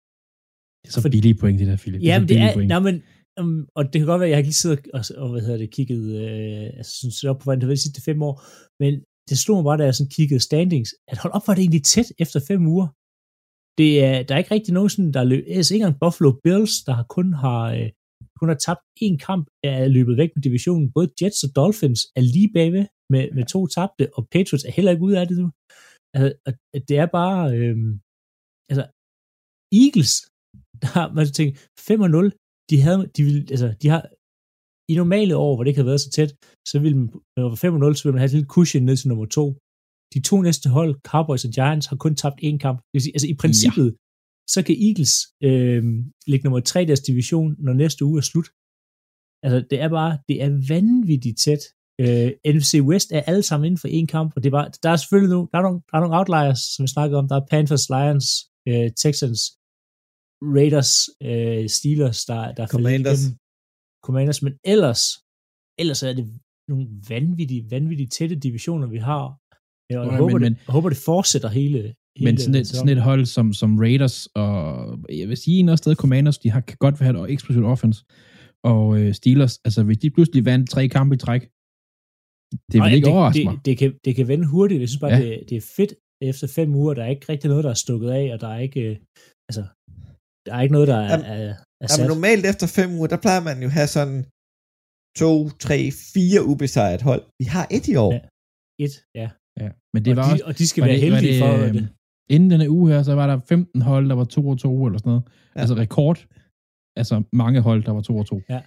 det er så for, billige point, det der, Philip. Ja, det er, det er nej, men, um, og det kan godt være, at jeg har ikke lige siddet og, og hvad hedder det, kigget, øh, altså synes op på, hvordan det var de sidste fem år, men det slog mig bare, da jeg sådan kiggede standings, at hold op, var det egentlig tæt efter fem uger. Det er, der er ikke rigtig nogen sådan, der løb, altså ikke engang Buffalo Bills, der har kun har, øh, kun har tabt én kamp, er løbet væk med divisionen. Både Jets og Dolphins er lige bagved med, med to tabte, og Patriots er heller ikke ude af det nu. Altså, det er bare, øh, altså, Eagles, der har, man tænker, fem og nul, de havde, de ville, altså, de har, i normale år, hvor det ikke havde været så tæt, så ville man, når man var fem og nul, så ville man have et lille cushion ned til nummer to. De to næste hold, Cowboys og Giants, har kun tabt én kamp. Det vil sige, altså i princippet, ja. så kan Eagles øh, ligge nummer tre i deres division, når næste uge er slut. Altså, det er bare, det er vanvittigt tæt. Øh, N F C West er alle sammen inden for én kamp, og det er bare, der er selvfølgelig nogle, der er nogle, der er nogle outliers, som vi snakker om. Der er Panthers, Lions, øh, Texans, Raiders, øh, Steelers, der, der er Commanders. Commanders, men ellers, ellers er det nogle vanvittige, vanvittige tætte divisioner, vi har. Ja, og jeg, okay, håber, men, det, jeg håber, det fortsætter hele, hele men sådan et, sådan et hold som, som Raiders, og jeg vil sige en også sted Commanders, de har, kan godt have et eksplosivt offense, og øh, Steelers, altså hvis de pludselig vandt tre kampe i træk, det vil ikke overraske mig. Det, det, kan, det kan vende hurtigt, jeg synes bare, ja. det, det er fedt efter fem uger, der er ikke rigtig noget, der er stukket af, og der er ikke, øh, altså, der er ikke noget, der er, jamen, er, er sat. Jamen, normalt efter fem uger, der plejer man jo at have sådan to, tre, fire ubesejret hold. Vi har et i år. Ja. Et, ja. Ja, men det og, var de, også, og de skal være det, heldige det, for øh, det. Inden denne uge her, så var der femten hold, der var to og to, eller sådan noget. Ja. Altså rekord. Altså mange hold, der var to og to. Ja.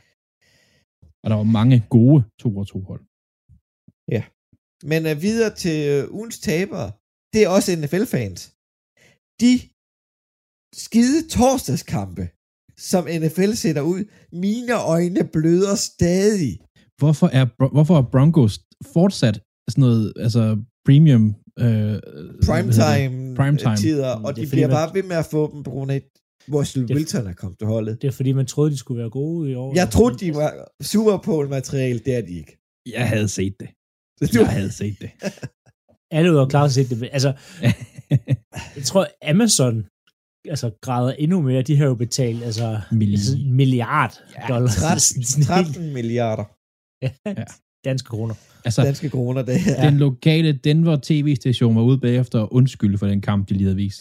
Og der var mange gode to og to hold. Ja. Men uh, videre til uh, ugens tabere, det er også N F L-fans. De skide torsdagskampe, som N F L sætter ud, mine øjne bløder stadig. Hvorfor er, hvorfor er Broncos fortsat sådan noget, altså premium øh, primetime, primetime tider, og de bliver bare ved med at få dem på grund af hvor Sylvie Det- Wilton er kommet til holdet. Det er fordi, man troede, de skulle være gode i år. Jeg troede, de var Super Bowl-materiale, det er de ikke. Jeg havde set det. Du, Jeg havde set det. Alle var klar til at se det. Altså, jeg tror, Amazon altså, græder endnu mere. De har jo betalt altså, Milli- altså, en milliard Ja, dollars. tretten, Sådan helt- tretten milliarder Ja, Ja. danske kroner. Altså, danske kroner, det her. den lokale Denver T V-station var ude bagefter og undskylde for den kamp, de lige havde vist.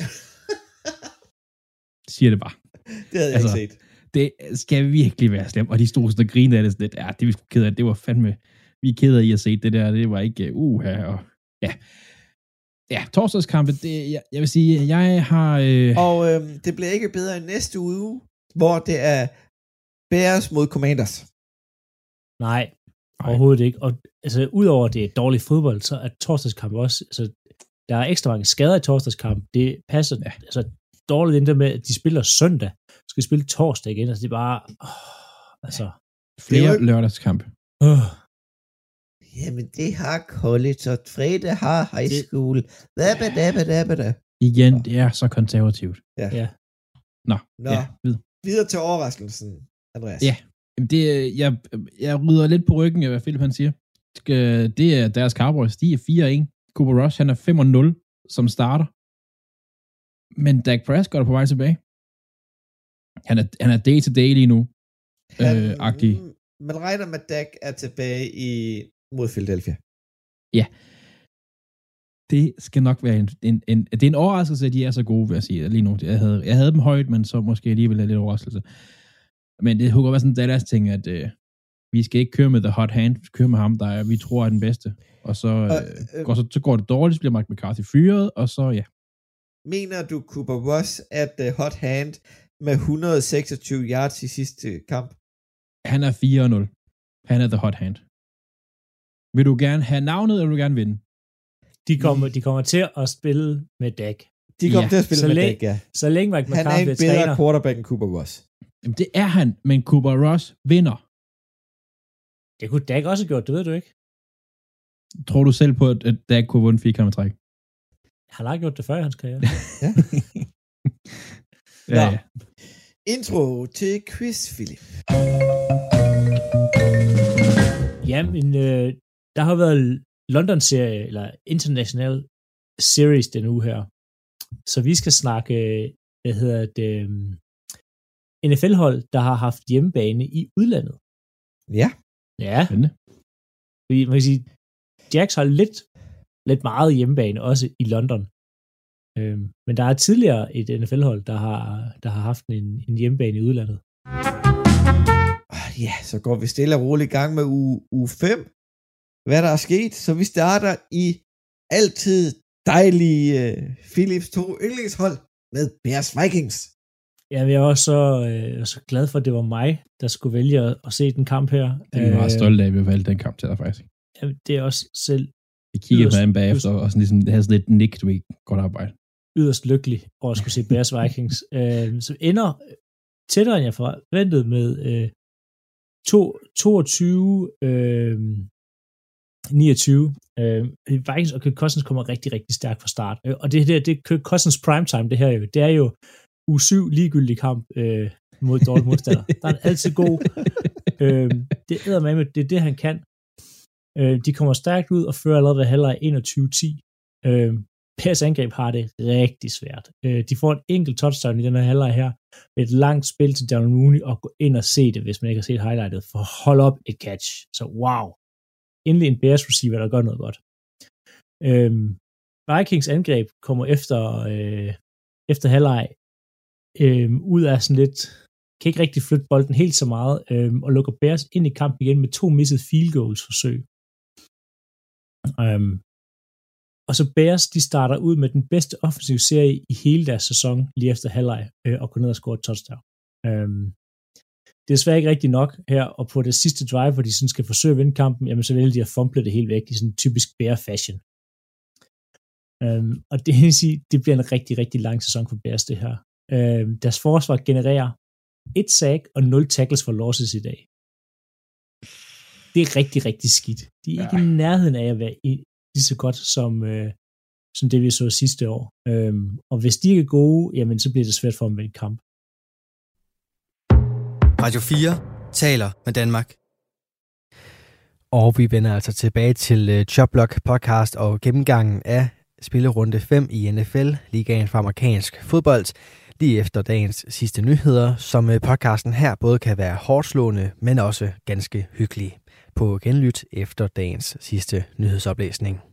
Siger det bare. Det havde jeg Altså, ikke set. Det skal virkelig være slemt. Og de stod sådan og grinede af det sådan lidt. Ja, det er vi sgu ked af. Det var fandme... Vi er ked af, at I har set det der. Det var ikke uha. Og, ja. Ja, torsdagskampe. Det, jeg, jeg vil sige, jeg har... Øh, Og øhm, det bliver ikke bedre end næste uge, hvor det er Bears mod Commanders. Nej, overhovedet ikke. Og altså, udover det er dårlig fodbold, så er torsdagskamp også... Altså, der er ekstra mange skader i torsdagskamp. Det passer ja. altså, dårligt ind der med, at de spiller søndag. Skal spille torsdag igen. Altså, det er bare... Åh, altså... flere det lørdagskampe. Øh. Jamen, det har college, og fredag har high school. Hvad da, hvad da, hvad da. Igen, det er så konservativt. Ja. Ja. Nå, Nå. ja, videre. Videre til overraskelsen, Andreas. Ja. Jamen, det, jeg, jeg rydder lidt på ryggen af, hvad Philip han siger. Det er deres Cowboys. De er fire en. Cooper Rush, han er fem og nul som starter. Men Dak Prescott er på vej tilbage. Han er, han er day to day lige nu. Han, Øh, agtig. Man regner med, at Dak er tilbage i, mod Philadelphia. Ja. Det skal nok være en, en, en... Det er en overraskelse, at de er så gode, vil jeg sige, lige nu. Jeg havde, jeg havde dem højt, men så måske alligevel er lidt overraskelse. Men det kunne godt være sådan en Dallas-ting, at øh, vi skal ikke køre med the hot hand. Vi skal køre med ham, der er, vi tror er den bedste. Og så, øh, øh, går, så, så går det dårligt, så bliver Mike McCarthy fyret, og så ja. Mener du Cooper Rush at uh, hot hand med et hundrede og seksogtyve yards i sidste kamp? Han er fire og nul. Han er the hot hand. Vil du gerne have navnet, eller vil du gerne vinde? De kommer, de kommer til at spille med Dak. De kommer Ja, til at spille så med læ- Dak, ja. Så længe Mike Han er McCarthy en er bedre træner. quarterback end Cooper Rush. Jamen, det er han, men Cooper Rush vinder. Det kunne Dak også have gjort, det ved du ikke. Tror du selv på, at at Dak kunne vinde fire kampe træk? Han har gjort det før i hans karriere. Ja, Nå. ja. Intro til quiz, Philip. Jamen, øh, der har været London-serie, eller International Series den uge her. Så vi skal snakke, hvad hedder det, N F L-hold, der har haft hjemmebane i udlandet. Ja. Ja, Spændende. fordi man kan sige, Jacks har lidt, lidt meget hjemmebane, også i London. Øhm, men der er tidligere et N F L-hold, der har, der har haft en, en hjemmebane i udlandet. Ja, så går vi stille og roligt i gang med uge, uge fem. Hvad der er sket. Så vi starter i altid dejlige uh, Philips to yndlingshold med Bears Vikings. Ja, jeg er også så, øh, så glad for, at det var mig, der skulle vælge at, at se den kamp her. Det er vi meget stolte af, at vi valgte den kamp til dig, faktisk. Ja, det er også selv Vi kigger på Yderst- den bagefter, og sådan ligesom, det har sådan lidt nik, du ikke godt arbejde. yderst lykkelig over at skulle se Bears Vikings, øh, som ender tættere, end jeg forventede med øh, to- toogtyve niogtyve. Øh, Vikings og Kirk Cousins kommer rigtig, rigtig stærkt fra start. Øh, og det her, det er Kirk Cousins primetime, det her jo. Det er jo uge syv ligegyldig kamp øh, mod dårlige modstandere. Der er han altid god. øh, det er med, det er det, han kan. Øh, de kommer stærkt ud og fører allerede ved halvleg enogtyve ti. Øh, Bears angreb har det rigtig svært. Øh, de får et enkelt touchdown i den her halvleg her, med et langt spil til Darnell Mooney, og gå ind og se det, hvis man ikke har set highlightet, for hold op et catch. Så wow. Endelig en Bears receiver, der gør noget godt. Øh, Vikings angreb kommer efter, øh, efter halvleg øh, ud af sådan lidt, kan ikke rigtig flytte bolden helt så meget, øh, og lukker Bears ind i kampen igen med to missede field goals forsøg. Um, og så Bears, de starter ud med den bedste offensive serie i hele deres sæson, lige efter halvleg, øh, og går ned og score et touchdown. Um, det er desværre ikke rigtigt nok her, og på det sidste drive, hvor de sådan skal forsøge at vinde kampen, jamen så vælger de at fumble det helt væk i sådan en typisk Bear-fashion. Um, og det vil sige, det bliver en rigtig, rigtig lang sæson for Bears, det her. Um, deres forsvar genererer et sack og nul tackles for losses i dag. Det er rigtig, rigtig skidt. De er ikke ja. i nærheden af at være i, lige så godt som, øh, som det, vi så sidste år. Øhm, og hvis de ikke er gode, jamen så bliver det svært for dem at vinde kamp. Radio fire taler med Danmark. Og vi vender altså tilbage til uh, Chopblock podcast og gennemgangen af spillerunde fem i N F L, ligaen for amerikansk fodbold, lige efter dagens sidste nyheder, som uh, podcasten her både kan være hårdslående, men også ganske hyggelig. På genlyt efter dagens sidste nyhedsoplæsning.